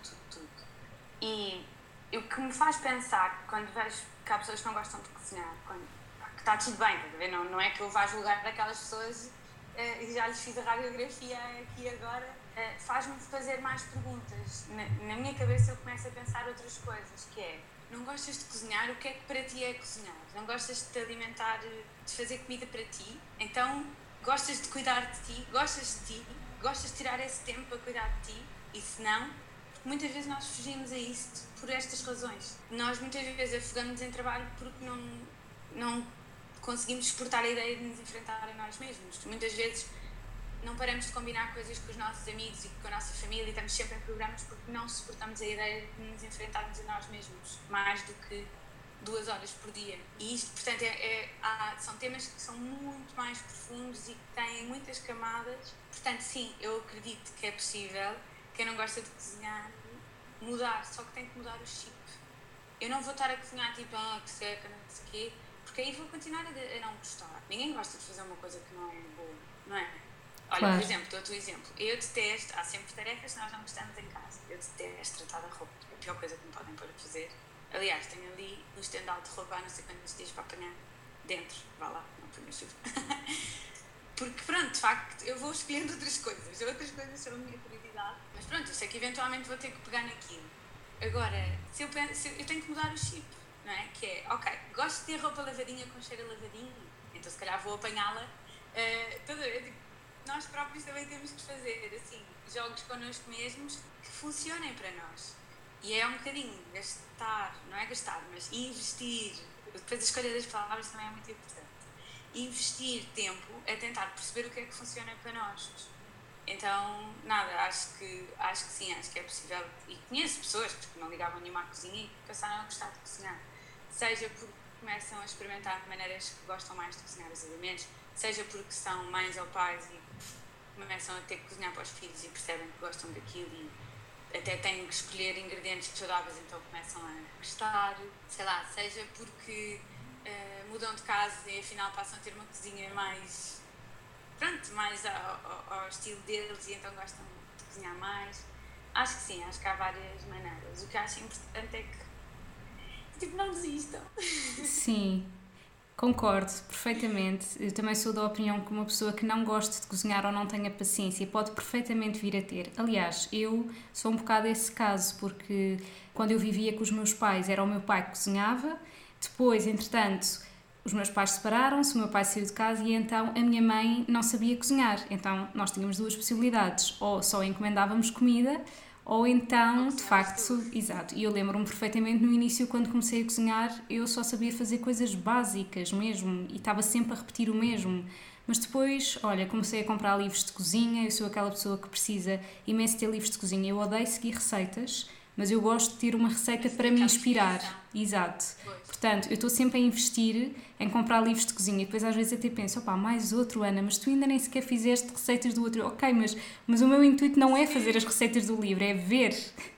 E o que me faz pensar, quando vejo que há pessoas que não gostam de cozinhar, que está tudo bem, estás a ver? Não é que eu vá julgar daquelas pessoas e já lhes fiz a radiografia aqui agora, faz-me fazer mais perguntas. Na minha cabeça eu começo a pensar outras coisas, que é, não gostas de cozinhar, o que é que para ti é cozinhar? Não gostas de te alimentar, de fazer comida para ti? Então, gostas de cuidar de ti? Gostas de ti? Gostas de tirar esse tempo para cuidar de ti? E se não, porque muitas vezes nós fugimos a isso por estas razões. Nós muitas vezes afogamos em trabalho porque não conseguimos suportar a ideia de nos enfrentar a nós mesmos. Muitas vezes não paramos de combinar coisas com os nossos amigos e com a nossa família e estamos sempre em programas porque não suportamos a ideia de nos enfrentarmos a nós mesmos mais do que 2 horas por dia. E isto, portanto, são temas que são muito mais profundos e que têm muitas camadas. Portanto, sim, eu acredito que é possível, quem não gosta de cozinhar, mudar, só que tem que mudar o chip. Eu não vou estar a cozinhar tipo, que seca, não sei o quê, porque aí vou continuar a não gostar. Ninguém gosta de fazer uma coisa que não é boa, não é? Olha, claro. Por exemplo, dou-te um exemplo. Eu detesto, há sempre tarefas que nós não gostamos em casa. Eu detesto tratar da roupa. É a pior coisa que me podem pôr a fazer. Aliás, tenho ali no estendal de roupa há não sei quantos dias para apanhar dentro. Vá lá, não ponho chuva. Porque pronto, de facto, eu vou escolhendo outras coisas são a minha prioridade. Mas pronto, eu sei que eventualmente vou ter que pegar naquilo. Agora, eu tenho que mudar o chip, não é? Que é, ok, gosto de ter roupa lavadinha com cheiro a lavadinho, então se calhar vou apanhá-la. Nós próprios também temos que fazer assim, jogos connosco mesmos que funcionem para nós. E é um bocadinho gastar, não é gastar, mas investir. Depois a escolha das palavras também é muito importante. Investir tempo a tentar perceber o que é que funciona para nós. Então, nada, acho que sim, acho que é possível. E conheço pessoas que não ligavam nenhuma à cozinha e passaram a gostar de cozinhar. Seja porque começam a experimentar maneiras que gostam mais de cozinhar os alimentos, seja porque são mães ou pais e começam a ter que cozinhar para os filhos e percebem que gostam daquilo e até têm que escolher ingredientes saudáveis, então começam a gostar, sei lá, seja porque mudam de casa e afinal passam a ter uma cozinha mais, pronto, mais ao estilo deles e então gostam de cozinhar mais. Acho que sim, acho que há várias maneiras. O que acho importante é que, não desistam. Sim. Concordo perfeitamente. Eu também sou da opinião que uma pessoa que não goste de cozinhar ou não tenha paciência pode perfeitamente vir a ter. Aliás, eu sou um bocado esse caso, porque quando eu vivia com os meus pais era o meu pai que cozinhava, depois, entretanto, os meus pais separaram-se, o meu pai saiu de casa e então a minha mãe não sabia cozinhar. Então nós tínhamos 2 possibilidades, ou só encomendávamos comida, ou então, de facto, exato, e eu lembro-me perfeitamente no início, quando comecei a cozinhar, eu só sabia fazer coisas básicas mesmo, e estava sempre a repetir o mesmo, mas depois, olha, comecei a comprar livros de cozinha, eu sou aquela pessoa que precisa imenso ter livros de cozinha, eu odeio seguir receitas, mas eu gosto de ter uma receita para me inspirar, exato. Portanto, eu estou sempre a investir em comprar livros de cozinha e depois às vezes até penso, opá, mais outro, Ana, mas tu ainda nem sequer fizeste receitas do outro. Ok, mas o meu intuito não é fazer as receitas do livro, é ver.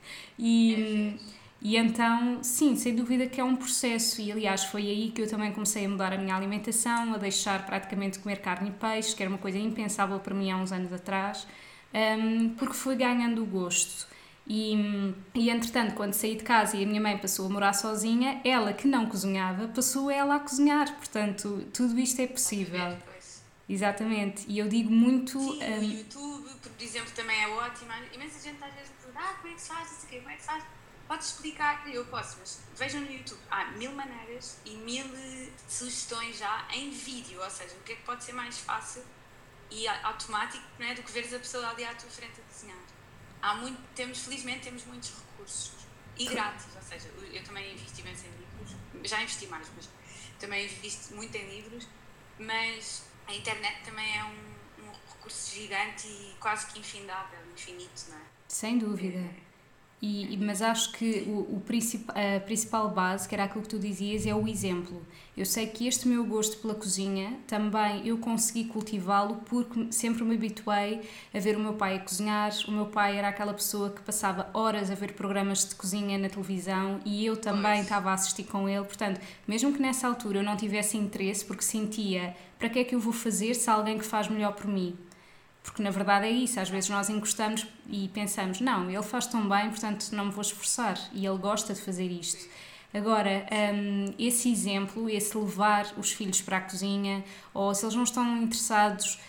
E então, sim, sem dúvida que é um processo e aliás foi aí que eu também comecei a mudar a minha alimentação, a deixar praticamente de comer carne e peixe, que era uma coisa impensável para mim há uns anos atrás, porque fui ganhando o gosto. E entretanto, quando saí de casa e a minha mãe passou a morar sozinha, ela que não cozinhava, passou ela a cozinhar. Portanto, tudo isto é possível. Exatamente. E eu digo muito... Sim, o YouTube, por exemplo, também é ótimo. Imensa gente às vezes me pergunta, como é que se faz, não sei o quê, como é que se faz? Podes explicar? Eu posso, mas vejam no YouTube. Há 1000 maneiras e 1000 sugestões já em vídeo. Ou seja, o que é que pode ser mais fácil e automático, não é, do que veres a pessoa ali à tua frente a cozinhar. Felizmente temos muitos recursos e grátis, ou seja, eu também invisto imenso em livros, já investi mais, mas também invisto muito em livros, mas a internet também é um recurso gigante e quase que infindável, infinito, não é? Sem dúvida. Mas acho que a principal base, que era aquilo que tu dizias, é o exemplo. Eu sei que este meu gosto pela cozinha também eu consegui cultivá-lo porque sempre me habituei a ver o meu pai a cozinhar. O meu pai era aquela pessoa que passava horas a ver programas de cozinha na televisão e eu também estava a assistir com ele. Portanto, mesmo que nessa altura eu não tivesse interesse, porque sentia para que é que eu vou fazer se há alguém que faz melhor por mim? Porque na verdade é isso, às vezes nós encostamos e pensamos, não, ele faz tão bem, portanto não me vou esforçar e ele gosta de fazer isto. Agora, esse exemplo, esse levar os filhos para a cozinha, ou se eles não estão interessados,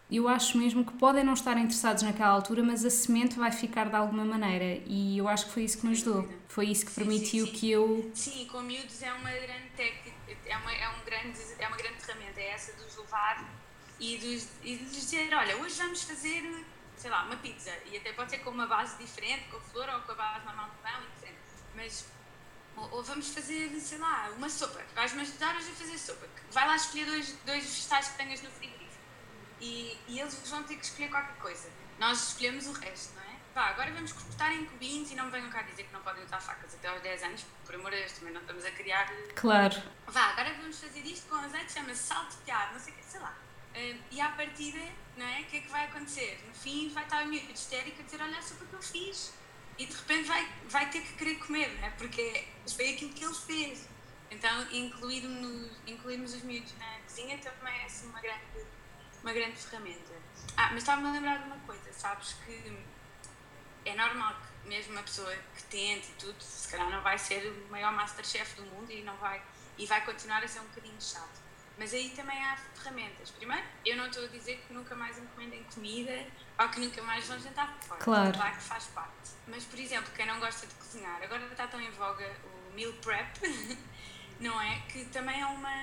eu acho mesmo que podem não estar interessados naquela altura, mas a semente vai ficar de alguma maneira, e eu acho que foi isso que me ajudou. Foi isso que permitiu que eu... Sim, com miúdos é uma grande técnica, é uma grande ferramenta, é essa de os levar e de lhes dizer, olha, hoje vamos fazer, sei lá, uma pizza, e até pode ser com uma base diferente, com flor ou com a base normal de pão, diferente, mas... Ou vamos fazer, sei lá, uma sopa. Vais-me ajudar hoje a fazer sopa. Vai lá escolher dois vegetais que tenhas no frigorífico. E eles vão ter que escolher qualquer coisa. Nós escolhemos o resto, não é? Vá, agora vamos cortar em cubinhos e não me venham cá dizer que não podem usar facas até aos 10 anos. Por amor de Deus, também não estamos a criar... Claro. Vá, agora vamos fazer isto com azeite, chama-se salteado, não sei o que, sei lá. E à partida, não é? O que é que vai acontecer? No fim vai estar o miúdo histérico a dizer, olha a sopa que eu fiz. E de repente vai ter que querer comer, não é? Porque foi aquilo que ele fez. Então, incluirmos os miúdos na cozinha também é assim, uma grande ferramenta. Mas estava-me a lembrar de uma coisa, sabes? Que é normal que mesmo uma pessoa que tente e tudo, se calhar não vai ser o maior Masterchef do mundo e vai continuar a ser um bocadinho chato. Mas aí também há ferramentas. Primeiro, eu não estou a dizer que nunca mais encomendem comida ou que nunca mais vão jantar fora. Claro. Claro que faz parte. Mas, por exemplo, quem não gosta de cozinhar, agora está tão em voga o meal prep, não é? Que também é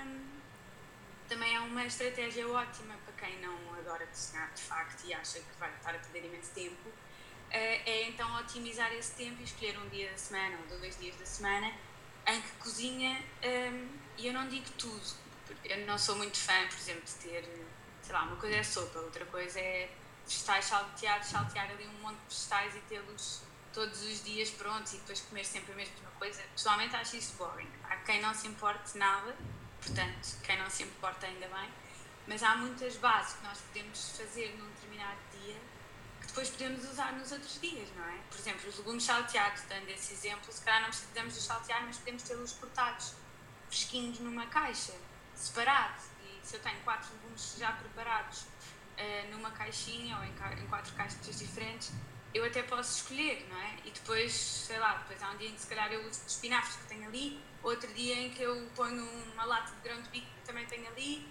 uma estratégia ótima para quem não adora cozinhar de facto e acha que vai estar a perder imenso tempo. É então otimizar esse tempo e escolher um dia da semana ou 2 dias da semana em que cozinha, e eu não digo tudo. Eu não sou muito fã, por exemplo, de ter, sei lá, uma coisa é sopa, outra coisa é vegetais salteados, saltear ali um monte de vegetais e tê-los todos os dias prontos e depois comer sempre a mesma coisa. Pessoalmente acho isso boring. Há quem não se importe nada, portanto, quem não se importa ainda bem, mas há muitas bases que nós podemos fazer num determinado dia que depois podemos usar nos outros dias, não é? Por exemplo, os legumes salteados, dando esse exemplo, se calhar não precisamos de saltear, mas podemos tê-los cortados, fresquinhos numa caixa, separado. E se eu tenho 4 legumes já preparados numa caixinha ou em 4 caixas diferentes, eu até posso escolher, não é? E depois, sei lá, depois há um dia em que se calhar eu uso os espinafres que tenho ali, outro dia em que eu ponho uma lata de grão de bico que também tenho ali,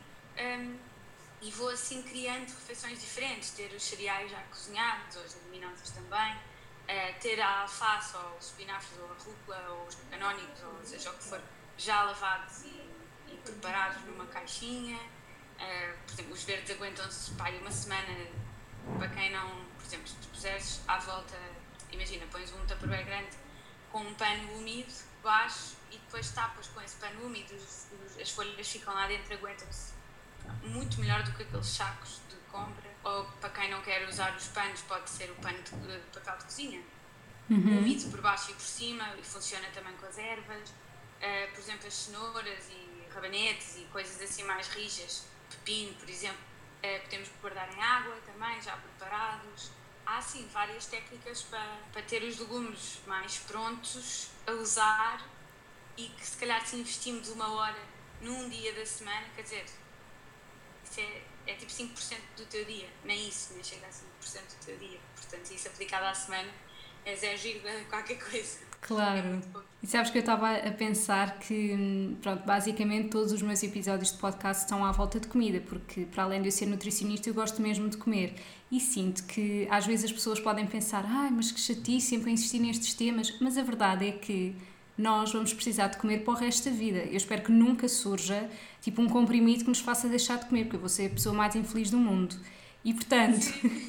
e vou assim criando refeições diferentes, ter os cereais já cozinhados, ou as leguminosas também, ter a alface ou os espinafres ou a rúcula ou os canónicos, ou seja, o que for, já lavados e preparados numa caixinha. Por exemplo, os verdes aguentam-se uma semana. Para quem não, por exemplo, se tu puseres à volta, imagina, pões um tupperware grande com um pano úmido baixo e depois tapas com esse pano úmido, as folhas ficam lá dentro, aguentam-se muito melhor do que aqueles sacos de compra. Ou para quem não quer usar os panos, pode ser o pano de papel de cozinha, úmido por baixo e por cima, e funciona também com as ervas. Por exemplo, as cenouras e rabanetes e coisas assim mais rijas, pepino, por exemplo, podemos guardar em água também, já preparados. Há sim várias técnicas para ter os legumes mais prontos a usar e que se calhar se investimos 1 hora num dia da semana, quer dizer, isso é tipo 5% do teu dia, nem isso, nem chega a 5% do teu dia, portanto isso aplicado à semana é 0, qualquer coisa. Claro. E sabes que eu estava a pensar que, pronto, basicamente todos os meus episódios de podcast estão à volta de comida, porque para além de eu ser nutricionista eu gosto mesmo de comer e sinto que às vezes as pessoas podem pensar, mas que chatice sempre a insistir nestes temas, mas a verdade é que nós vamos precisar de comer para o resto da vida. Eu espero que nunca surja tipo um comprimido que nos faça deixar de comer, porque eu vou ser a pessoa mais infeliz do mundo. E portanto...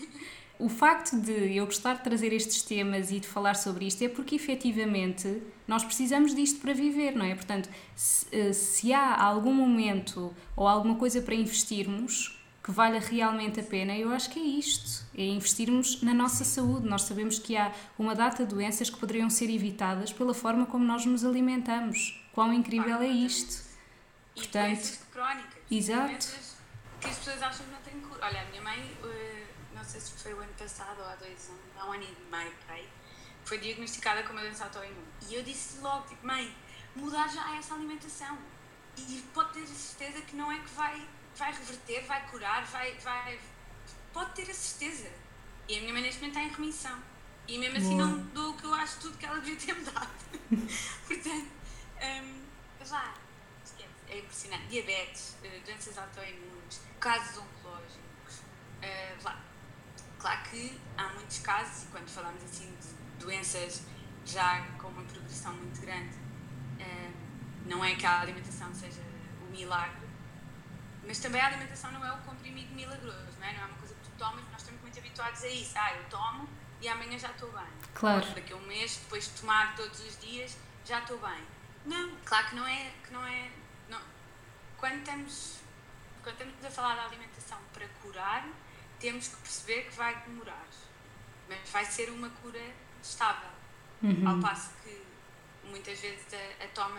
O facto de eu gostar de trazer estes temas e de falar sobre isto é porque efetivamente nós precisamos disto para viver, não é? Portanto, se há algum momento ou alguma coisa para investirmos que valha realmente a pena, eu acho que é isto, é investirmos na nossa saúde. Nós sabemos que há uma data de doenças que poderiam ser evitadas pela forma como nós nos alimentamos. Quão incrível é isto! E doenças crónicas. Exato. Doenças que as pessoas acham que não têm cura. Olha, a minha mãe... não sei se foi o ano passado ou há 2 anos, há 1 ano e meio, foi diagnosticada com uma doença autoimune. E eu disse logo, tipo, mãe, mudar já essa alimentação. E pode ter a certeza que não é que vai reverter, vai curar, pode ter a certeza. E a minha mãe neste momento está em remissão. E mesmo assim não dou o que eu acho tudo que ela devia ter-me dado. Portanto, é impressionante. Diabetes, doenças autoimunes, casos oncológicos, Claro que há muitos casos, e quando falamos assim de doenças já com uma progressão muito grande, não é que a alimentação seja o milagre, mas também a alimentação não é o comprimido milagroso, não é? Não é uma coisa que tu tomas, nós estamos muito habituados a isso. Eu tomo e amanhã já estou bem. Claro. Daqui a um mês, depois de tomar todos os dias, já estou bem. Não, claro que não é. Não. Quando estamos a falar da alimentação para curar, temos que perceber que vai demorar, mas vai ser uma cura estável. Ao passo que muitas vezes a toma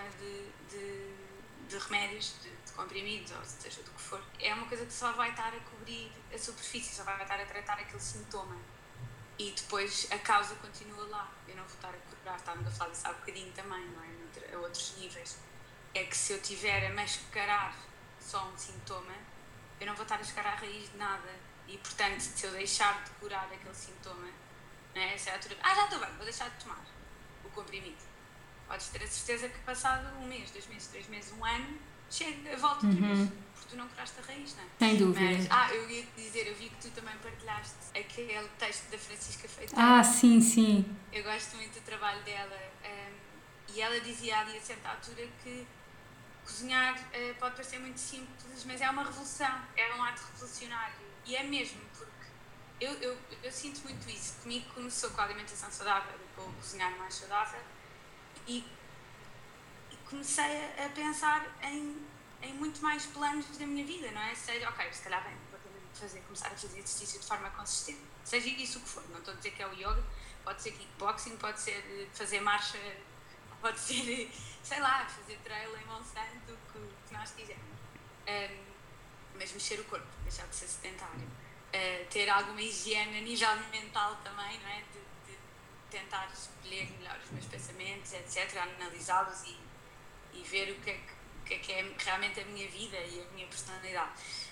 de remédios, de comprimidos, ou seja, do que for, é uma coisa que só vai estar a cobrir a superfície, só vai estar a tratar aquele sintoma. E depois a causa continua lá. Eu não vou estar a curar, estávamos a falar disso há bocadinho também, não é? A outros níveis. É que se eu estiver a mascarar só um sintoma, eu não vou estar a chegar à raiz de nada. E, portanto, se eu deixar de curar aquele sintoma, não é? Se é a altura, já estou bem, vou deixar de tomar o comprimido. Podes ter a certeza que passado 1 mês, 2 meses, 3 meses, 1 ano, chega, volta outra vez, porque tu não curaste a raiz, não é? Sem dúvida. Mas, eu ia te dizer, eu vi que tu também partilhaste aquele texto da Francisca Feiticeira. Sim. Eu gosto muito do trabalho dela, e ela dizia ali a certa altura que cozinhar pode parecer muito simples, mas é uma revolução, é um ato revolucionário. E é mesmo, porque eu sinto muito isso. Comigo começou com a alimentação saudável e com o cozinhar mais saudável, e comecei a pensar em muito mais planos da minha vida, não é? Seja, se calhar bem, vou começar a fazer exercício de forma consistente, seja isso o que for. Não estou a dizer que é o yoga, pode ser kickboxing, pode ser fazer marcha, pode ser, sei lá, fazer trail em Monsanto, o que nós quisermos. Mas mexer o corpo, deixar de ser sedentário. Ter alguma higiene a nível mental também, não é? De tentar escolher melhor os meus pensamentos, etc., analisá-los e ver o que é realmente a minha vida e a minha personalidade.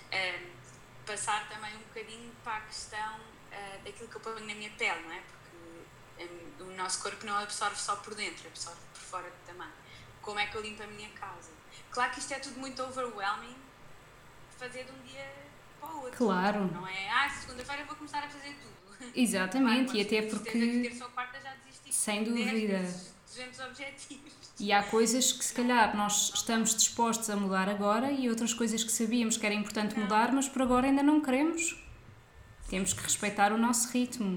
Passar também um bocadinho para a questão daquilo que eu ponho na minha pele, não é? Porque o nosso corpo não absorve só por dentro, absorve por fora também. Como é que eu limpo a minha casa? Claro que isto é tudo muito overwhelming, fazer de um dia para o outro. Claro. Não é, segunda-feira vou começar a fazer tudo. Exatamente, claro, e até porque... terça ou quarta já desisti. Sem dúvida. 200 objetivos. E há coisas que se calhar nós estamos dispostos a mudar agora e outras coisas que sabíamos que era importante mudar, mas por agora ainda não queremos. Temos que respeitar o nosso ritmo.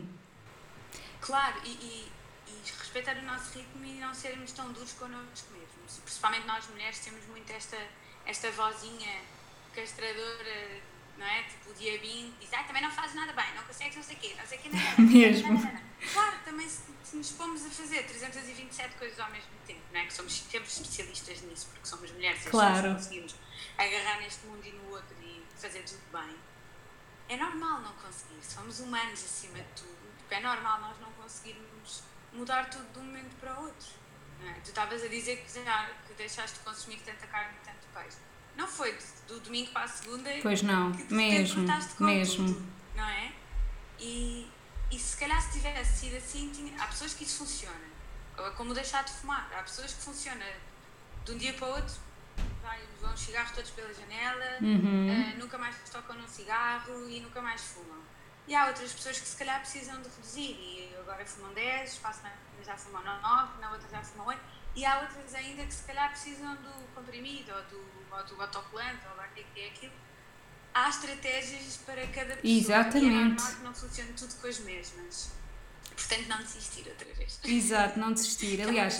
Claro, e respeitar o nosso ritmo e não sermos tão duros connosco mesmos. Principalmente nós mulheres temos muito esta vozinha castradora, não é? Tipo o diabinho, que diz, também não fazes nada bem, não consegues não sei o quê, não. Mesmo. Claro, também se nos pomos a fazer 327 coisas ao mesmo tempo, não é? Que somos sempre especialistas nisso, porque somos mulheres e claro. conseguimos agarrar neste mundo e no outro e fazer tudo bem. É normal não conseguir, somos humanos acima de tudo, porque é normal nós não conseguirmos mudar tudo de um momento para o outro. Não é? Tu estavas a dizer que deixaste de consumir tanta carne e tanto peixe. Não foi do domingo para a segunda. Pois não, que mesmo. Tudo, não é? E se calhar se tivesse sido assim, há pessoas que isso funciona. Como deixar de fumar. Há pessoas que funciona de um dia para o outro. Vão os cigarros todos pela janela, nunca mais tocam num cigarro e nunca mais fumam. E há outras pessoas que se calhar precisam de reduzir e agora fumam 10, já fumam 9, na outra já fumam 8. E há outras ainda que se calhar precisam do comprimido ou do autocolante ou lá o que é aquilo. Há estratégias para cada pessoa. Exatamente. E é normal que não funcione tudo com as mesmas. Portanto, não desistir outra vez. Exato, não desistir. Aliás,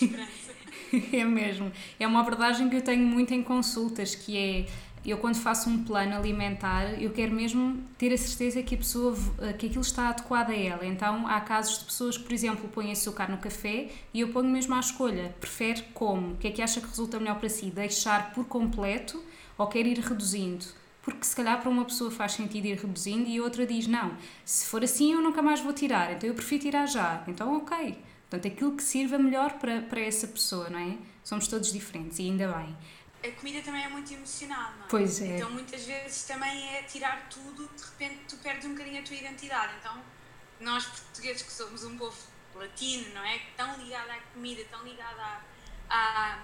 isso é mesmo. É uma abordagem que eu tenho muito em consultas, que é, eu quando faço um plano alimentar, eu quero mesmo ter a certeza que que aquilo está adequado a ela. Então, há casos de pessoas que, por exemplo, põem açúcar no café e eu ponho mesmo à escolha. Prefere como? O que é que acha que resulta melhor para si? Deixar por completo ou quer ir reduzindo? Porque se calhar para uma pessoa faz sentido ir reduzindo e a outra diz, não, se for assim eu nunca mais vou tirar, então eu prefiro tirar já. Então, ok. Portanto, aquilo que sirva melhor para essa pessoa, não é? Somos todos diferentes e ainda bem. A comida também é muito emocional, não é? Pois é. Então muitas vezes também é tirar tudo, de repente tu perdes um bocadinho a tua identidade. Então nós portugueses que somos um povo latino, não é? Tão ligado à comida, tão ligado à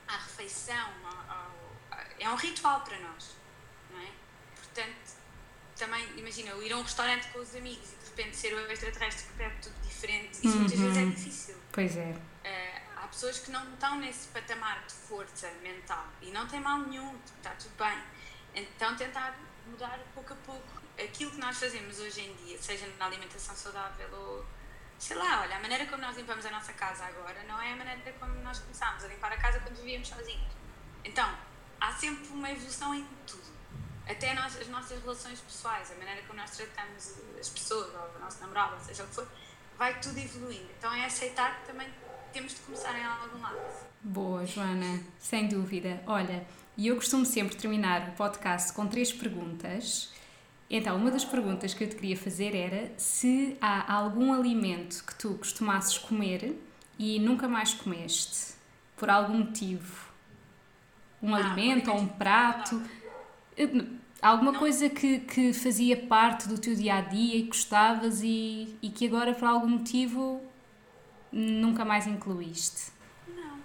refeição, é um ritual para nós, não é? Portanto, também, imagina, eu ir a um restaurante com os amigos e de repente ser o extraterrestre que bebe tudo diferente, isso muitas vezes é difícil. Pois é. Há pessoas que não estão nesse patamar de força mental e não tem mal nenhum, está tudo bem. Então tentar mudar pouco a pouco aquilo que nós fazemos hoje em dia, seja na alimentação saudável ou, sei lá, olha, a maneira como nós limpamos a nossa casa agora não é a maneira como nós começámos a limpar a casa quando vivíamos sozinhos. Então, há sempre uma evolução em tudo. Até as nossas relações pessoais, a maneira como nós tratamos as pessoas, ou o nosso namorado, ou seja o que for, vai tudo evoluindo. Então é aceitar que também temos de começar em algum lado. Boa, Joana, sem dúvida. Olha, e eu costumo sempre terminar o podcast com 3 perguntas. Então, uma das perguntas que eu te queria fazer era se há algum alimento que tu costumasses comer e nunca mais comeste, por algum motivo. Um alimento ou um prato, alguma coisa que fazia parte do teu dia-a-dia e gostavas e que agora, por algum motivo, nunca mais incluíste. Não.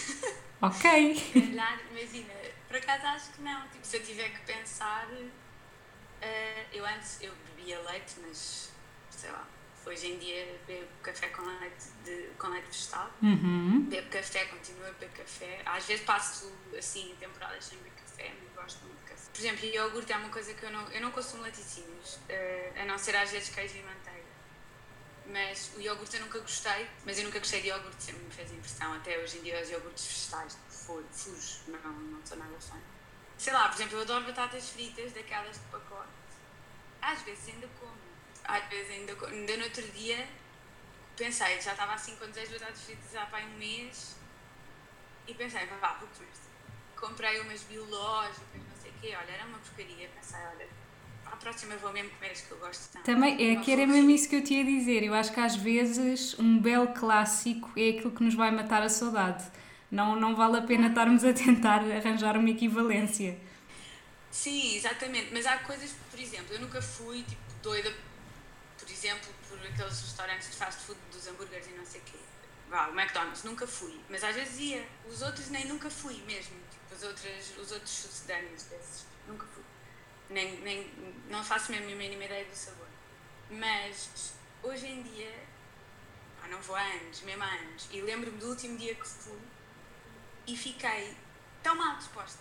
Ok. Imagina, por acaso acho que não. Tipo, se eu tiver que pensar, eu antes bebia leite, mas sei lá, hoje em dia bebo café com leite vegetal. Bebo café, continuo a beber café. Às vezes passo assim temporadas sem beber café, mas gosto muito de café. Por exemplo, iogurte é uma coisa que eu não consumo laticínios, a não ser às vezes queijo e manteiga. Mas o iogurte eu nunca gostei, mas eu nunca gostei de iogurte, sempre me fez impressão. Até hoje em dia os iogurtes vegetais, fujo, não sou nada fã. Sei lá, por exemplo, eu adoro batatas fritas, daquelas de pacote. Às vezes ainda como. Ainda no outro dia pensei, já estava assim com 10 batatas fritas há para um mês e pensei, vou comer. Comprei umas biológicas, não sei o quê, olha, era uma porcaria. Pensei, olha, à próxima vou mesmo comer as que eu gosto tanto. Também é que era mesmo isso que eu te ia dizer. Eu acho que às vezes um belo clássico é aquilo que nos vai matar a saudade. Não vale a pena estarmos a tentar arranjar uma equivalência. Sim, exatamente. Mas há coisas, por exemplo, eu nunca fui tipo doida, por exemplo, por aqueles restaurantes de fast food dos hambúrgueres e não sei o quê. O McDonald's, nunca fui. Mas às vezes ia. Os outros nem nunca fui mesmo. Tipo, os outros sucedâneos desses, nunca fui. Não faço mesmo a mínima ideia do sabor. Mas hoje em dia, não vou há anos, mesmo há anos, e lembro-me do último dia que fui e fiquei tão mal disposta,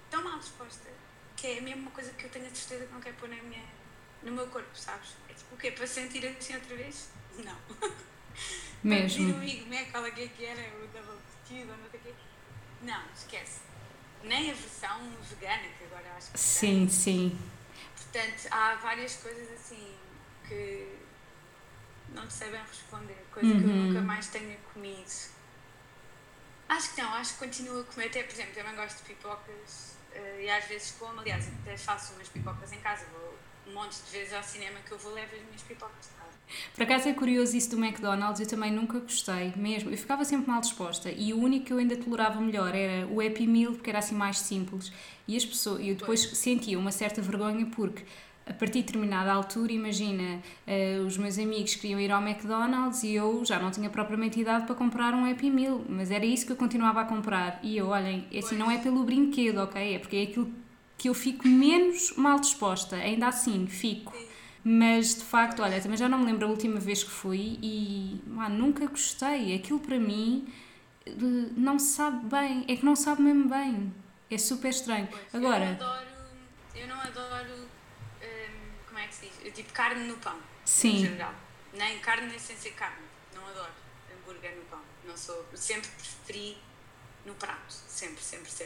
que é mesmo uma coisa que eu tenho a certeza que não quero pôr no meu corpo, sabes? É tipo o quê? Para sentir assim outra vez? Não. Mesmo. Para pedir um Big Mac, qual é que era, o Double Cheese, ou não sei o quê. Não, esquece. Nem a versão vegana, que agora acho que Sim. Portanto, há várias coisas assim que não te sei bem responder. Coisa que eu nunca mais tenha comido. Acho que não, acho que continuo a comer. Até, por exemplo, também gosto de pipocas e às vezes como. Aliás, até faço umas pipocas em casa. Vou um monte de vezes ao cinema que eu vou levar as minhas pipocas de casa. Por acaso é curioso isso do McDonald's, eu também nunca gostei, mesmo. Eu ficava sempre mal disposta e o único que eu ainda tolerava melhor era o Happy Meal, porque era assim mais simples. E as pessoas, eu depois sentia uma certa vergonha porque a partir de determinada altura, imagina, os meus amigos queriam ir ao McDonald's e eu já não tinha propriamente idade para comprar um Happy Meal, mas era isso que eu continuava a comprar. E eu, olhem, assim, não é pelo brinquedo, ok? É porque é aquilo que eu fico menos mal disposta, ainda assim, fico. Mas de facto, olha, também já não me lembro a última vez que fui e nunca gostei. Aquilo para mim não sabe bem, é que não sabe mesmo bem. É super estranho. Pois, agora, eu não adoro como é que se diz? Tipo carne no pão. Sim. No geral. Nem carne nem sem ser carne. Não adoro hambúrguer no pão. Não sou. Sempre preferi no prato. Sempre.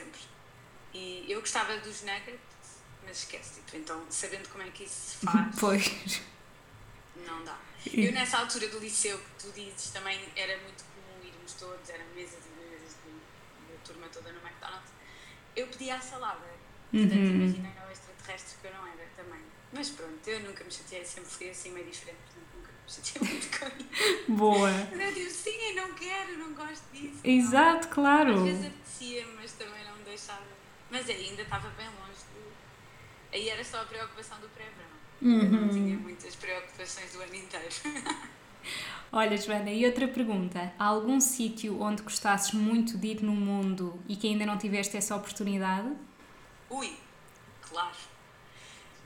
E eu gostava dos nuggets, mas esquece, tipo, então sabendo como é que isso se faz, pois. Não dá. Eu nessa altura do liceu, que tu dizes, também era muito comum irmos todos, eram mesas e mesas da turma toda no McDonald's, eu pedia a salada. Portanto, imagina o extraterrestre que eu não era também. Mas pronto, eu nunca me chateei, sempre fui assim meio diferente, portanto nunca me chateei muito com isso. Boa. Eu digo, sim, eu não quero, não gosto disso. Exato, não. claro. Às vezes apetecia, mas também não me deixava. Mas ainda estava bem longe Aí era só a preocupação do pré-verão. Eu não tinha muitas preocupações do ano inteiro. Olha, Joana, e outra pergunta. Há algum sítio onde gostasses muito de ir no mundo e que ainda não tiveste essa oportunidade? Ui, claro.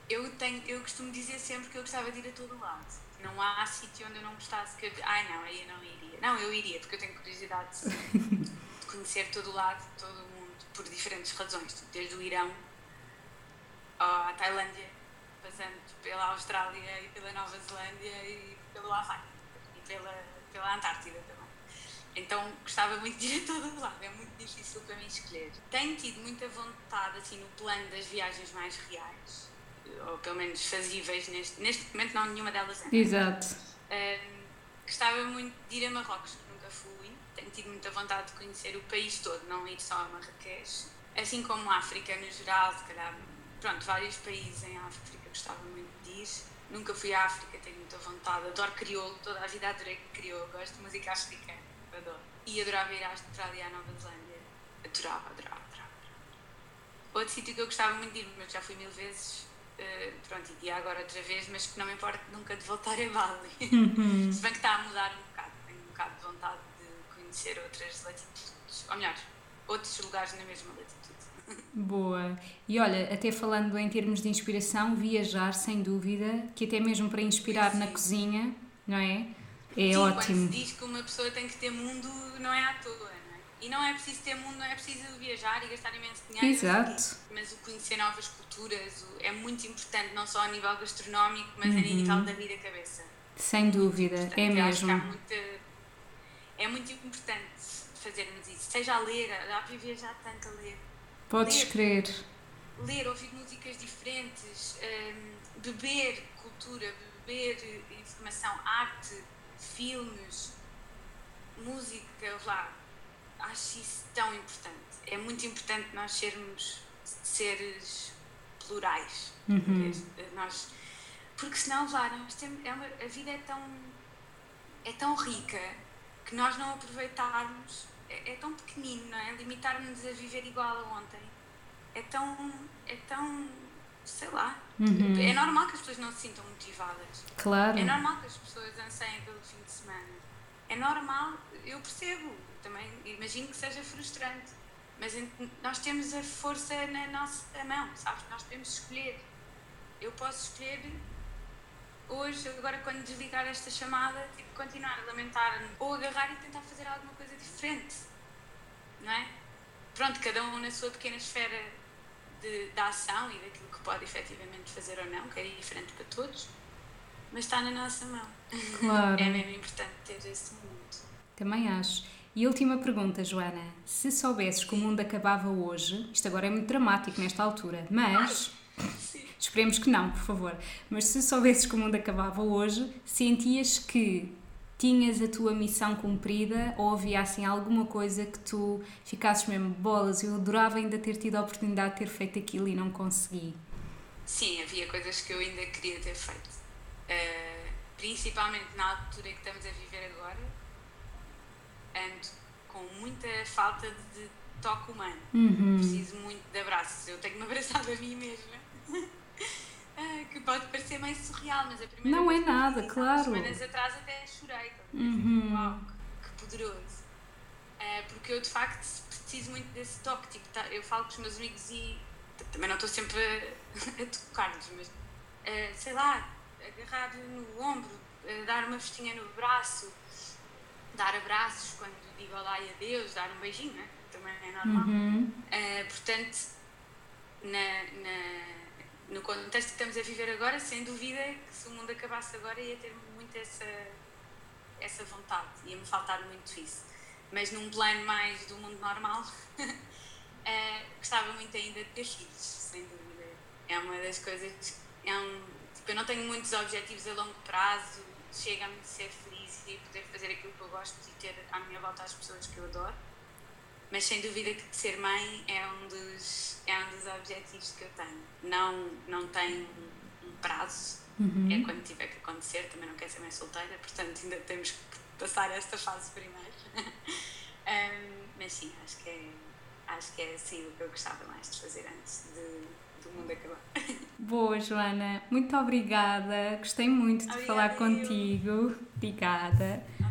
Eu costumo dizer sempre que eu gostava de ir a todo lado. Não há sítio onde eu não gostasse que não, aí eu não iria. Não, eu iria, porque eu tenho curiosidade de conhecer todo o lado, todo o mundo, por diferentes razões, desde o Irão à Tailândia, passando pela Austrália e pela Nova Zelândia e pelo Havaí e pela Antártida também. Então gostava muito de ir a todo lado, é muito difícil para mim escolher. Tenho tido muita vontade, assim, no plano das viagens mais reais, ou pelo menos fazíveis neste momento, não nenhuma delas ainda. Exato. Gostava muito de ir a Marrocos, que nunca fui. Tenho tido muita vontade de conhecer o país todo, não ir só a Marrakech. Assim como a África no geral, se calhar, vários países em África gostava muito de ir. Nunca fui à África, tenho muita vontade. Adoro crioulo, toda a vida adorei crioulo, gosto de música africana, adoro. E adorava ir à Austrália e à Nova Zelândia. Adorava. Outro sítio que eu gostava muito de ir, mas já fui 1000 vezes, e agora outra vez, mas que não me importa nunca de voltar a Bali. Se bem que está a mudar um bocado, tenho um bocado de vontade de conhecer outras latitudes, ou melhor, outros lugares na mesma latitude. Boa. E olha, até falando em termos de inspiração, viajar, sem dúvida, que até mesmo para inspirar na cozinha, não é? É Sim, ótimo. Quando se diz que uma pessoa tem que ter mundo, não é à toa, não é? E não é preciso ter mundo, não é preciso viajar e gastar imenso dinheiro. Exato. Mas o conhecer novas culturas é muito importante, não só a nível gastronómico, mas a nível da vida cabeça. Sem dúvida, é mesmo. É muito importante fazermos isso, seja a ler, dá para viajar tanto a ler. Podes crer. Ler, ouvir músicas diferentes, beber cultura, beber informação, arte, filmes, música, acho isso tão importante. É muito importante nós sermos seres plurais. Porque senão, a vida é tão rica que nós não aproveitarmos, é tão pequenino, não é? Limitarmos-nos a viver igual a ontem. É tão, sei lá. É normal que as pessoas não se sintam motivadas. Claro. É normal que as pessoas anseiem pelo fim de semana. É normal, eu percebo. Também imagino que seja frustrante. Mas nós temos a força na nossa mão, sabes? Nós podemos escolher. Eu posso escolher hoje, agora quando desligar esta chamada, continuar a lamentar-me ou agarrar e tentar fazer alguma coisa diferente. Não é? Pronto, cada um na sua pequena esfera da ação e daquilo que pode efetivamente fazer ou não, que é diferente para todos, mas está na nossa mão. Claro. É mesmo importante ter esse mundo. Também acho. E última pergunta, Joana. Se soubesses que o mundo acabava hoje, isto agora é muito dramático nesta altura, mas esperemos que não, por favor, mas se soubesses que o mundo acabava hoje, sentias que tinhas a tua missão cumprida ou havia assim alguma coisa que tu ficasses mesmo bolas, eu adorava ainda ter tido a oportunidade de ter feito aquilo e não consegui? Sim, havia coisas que eu ainda queria ter feito, principalmente na altura que estamos a viver agora. Ando com muita falta de toque humano. Preciso muito de abraços. Eu tenho-me abraçado a mim mesma. Que pode parecer meio surreal, mas a primeira não vez é nada, que claro. semanas atrás até chorei. Uau, que poderoso. Porque eu de facto preciso muito desse toque. Eu falo com os meus amigos e também não estou sempre a tocar-nos, mas sei lá, agarrar no ombro, dar uma festinha no braço, dar abraços quando digo olá e adeus, dar um beijinho, né? Também é normal. Portanto, no contexto que estamos a viver agora, sem dúvida que se o mundo acabasse agora ia ter muito essa vontade, ia-me faltar muito isso. Mas num plano mais do mundo normal, gostava muito ainda de ter filhos, sem dúvida. É uma das coisas, eu não tenho muitos objetivos a longo prazo, chega-me de ser feliz e poder fazer aquilo que eu gosto e ter à minha volta as pessoas que eu adoro, mas sem dúvida que ser mãe é um dos objetivos que eu tenho. Não tenho um prazo, é quando tiver que acontecer. Também não quero ser mãe solteira, portanto ainda temos que passar esta fase primeiro. Mas sim, acho que é assim o que eu gostava mais de fazer antes do mundo acabar. Boa, Joana, muito obrigada, gostei muito de falar contigo. Obrigada.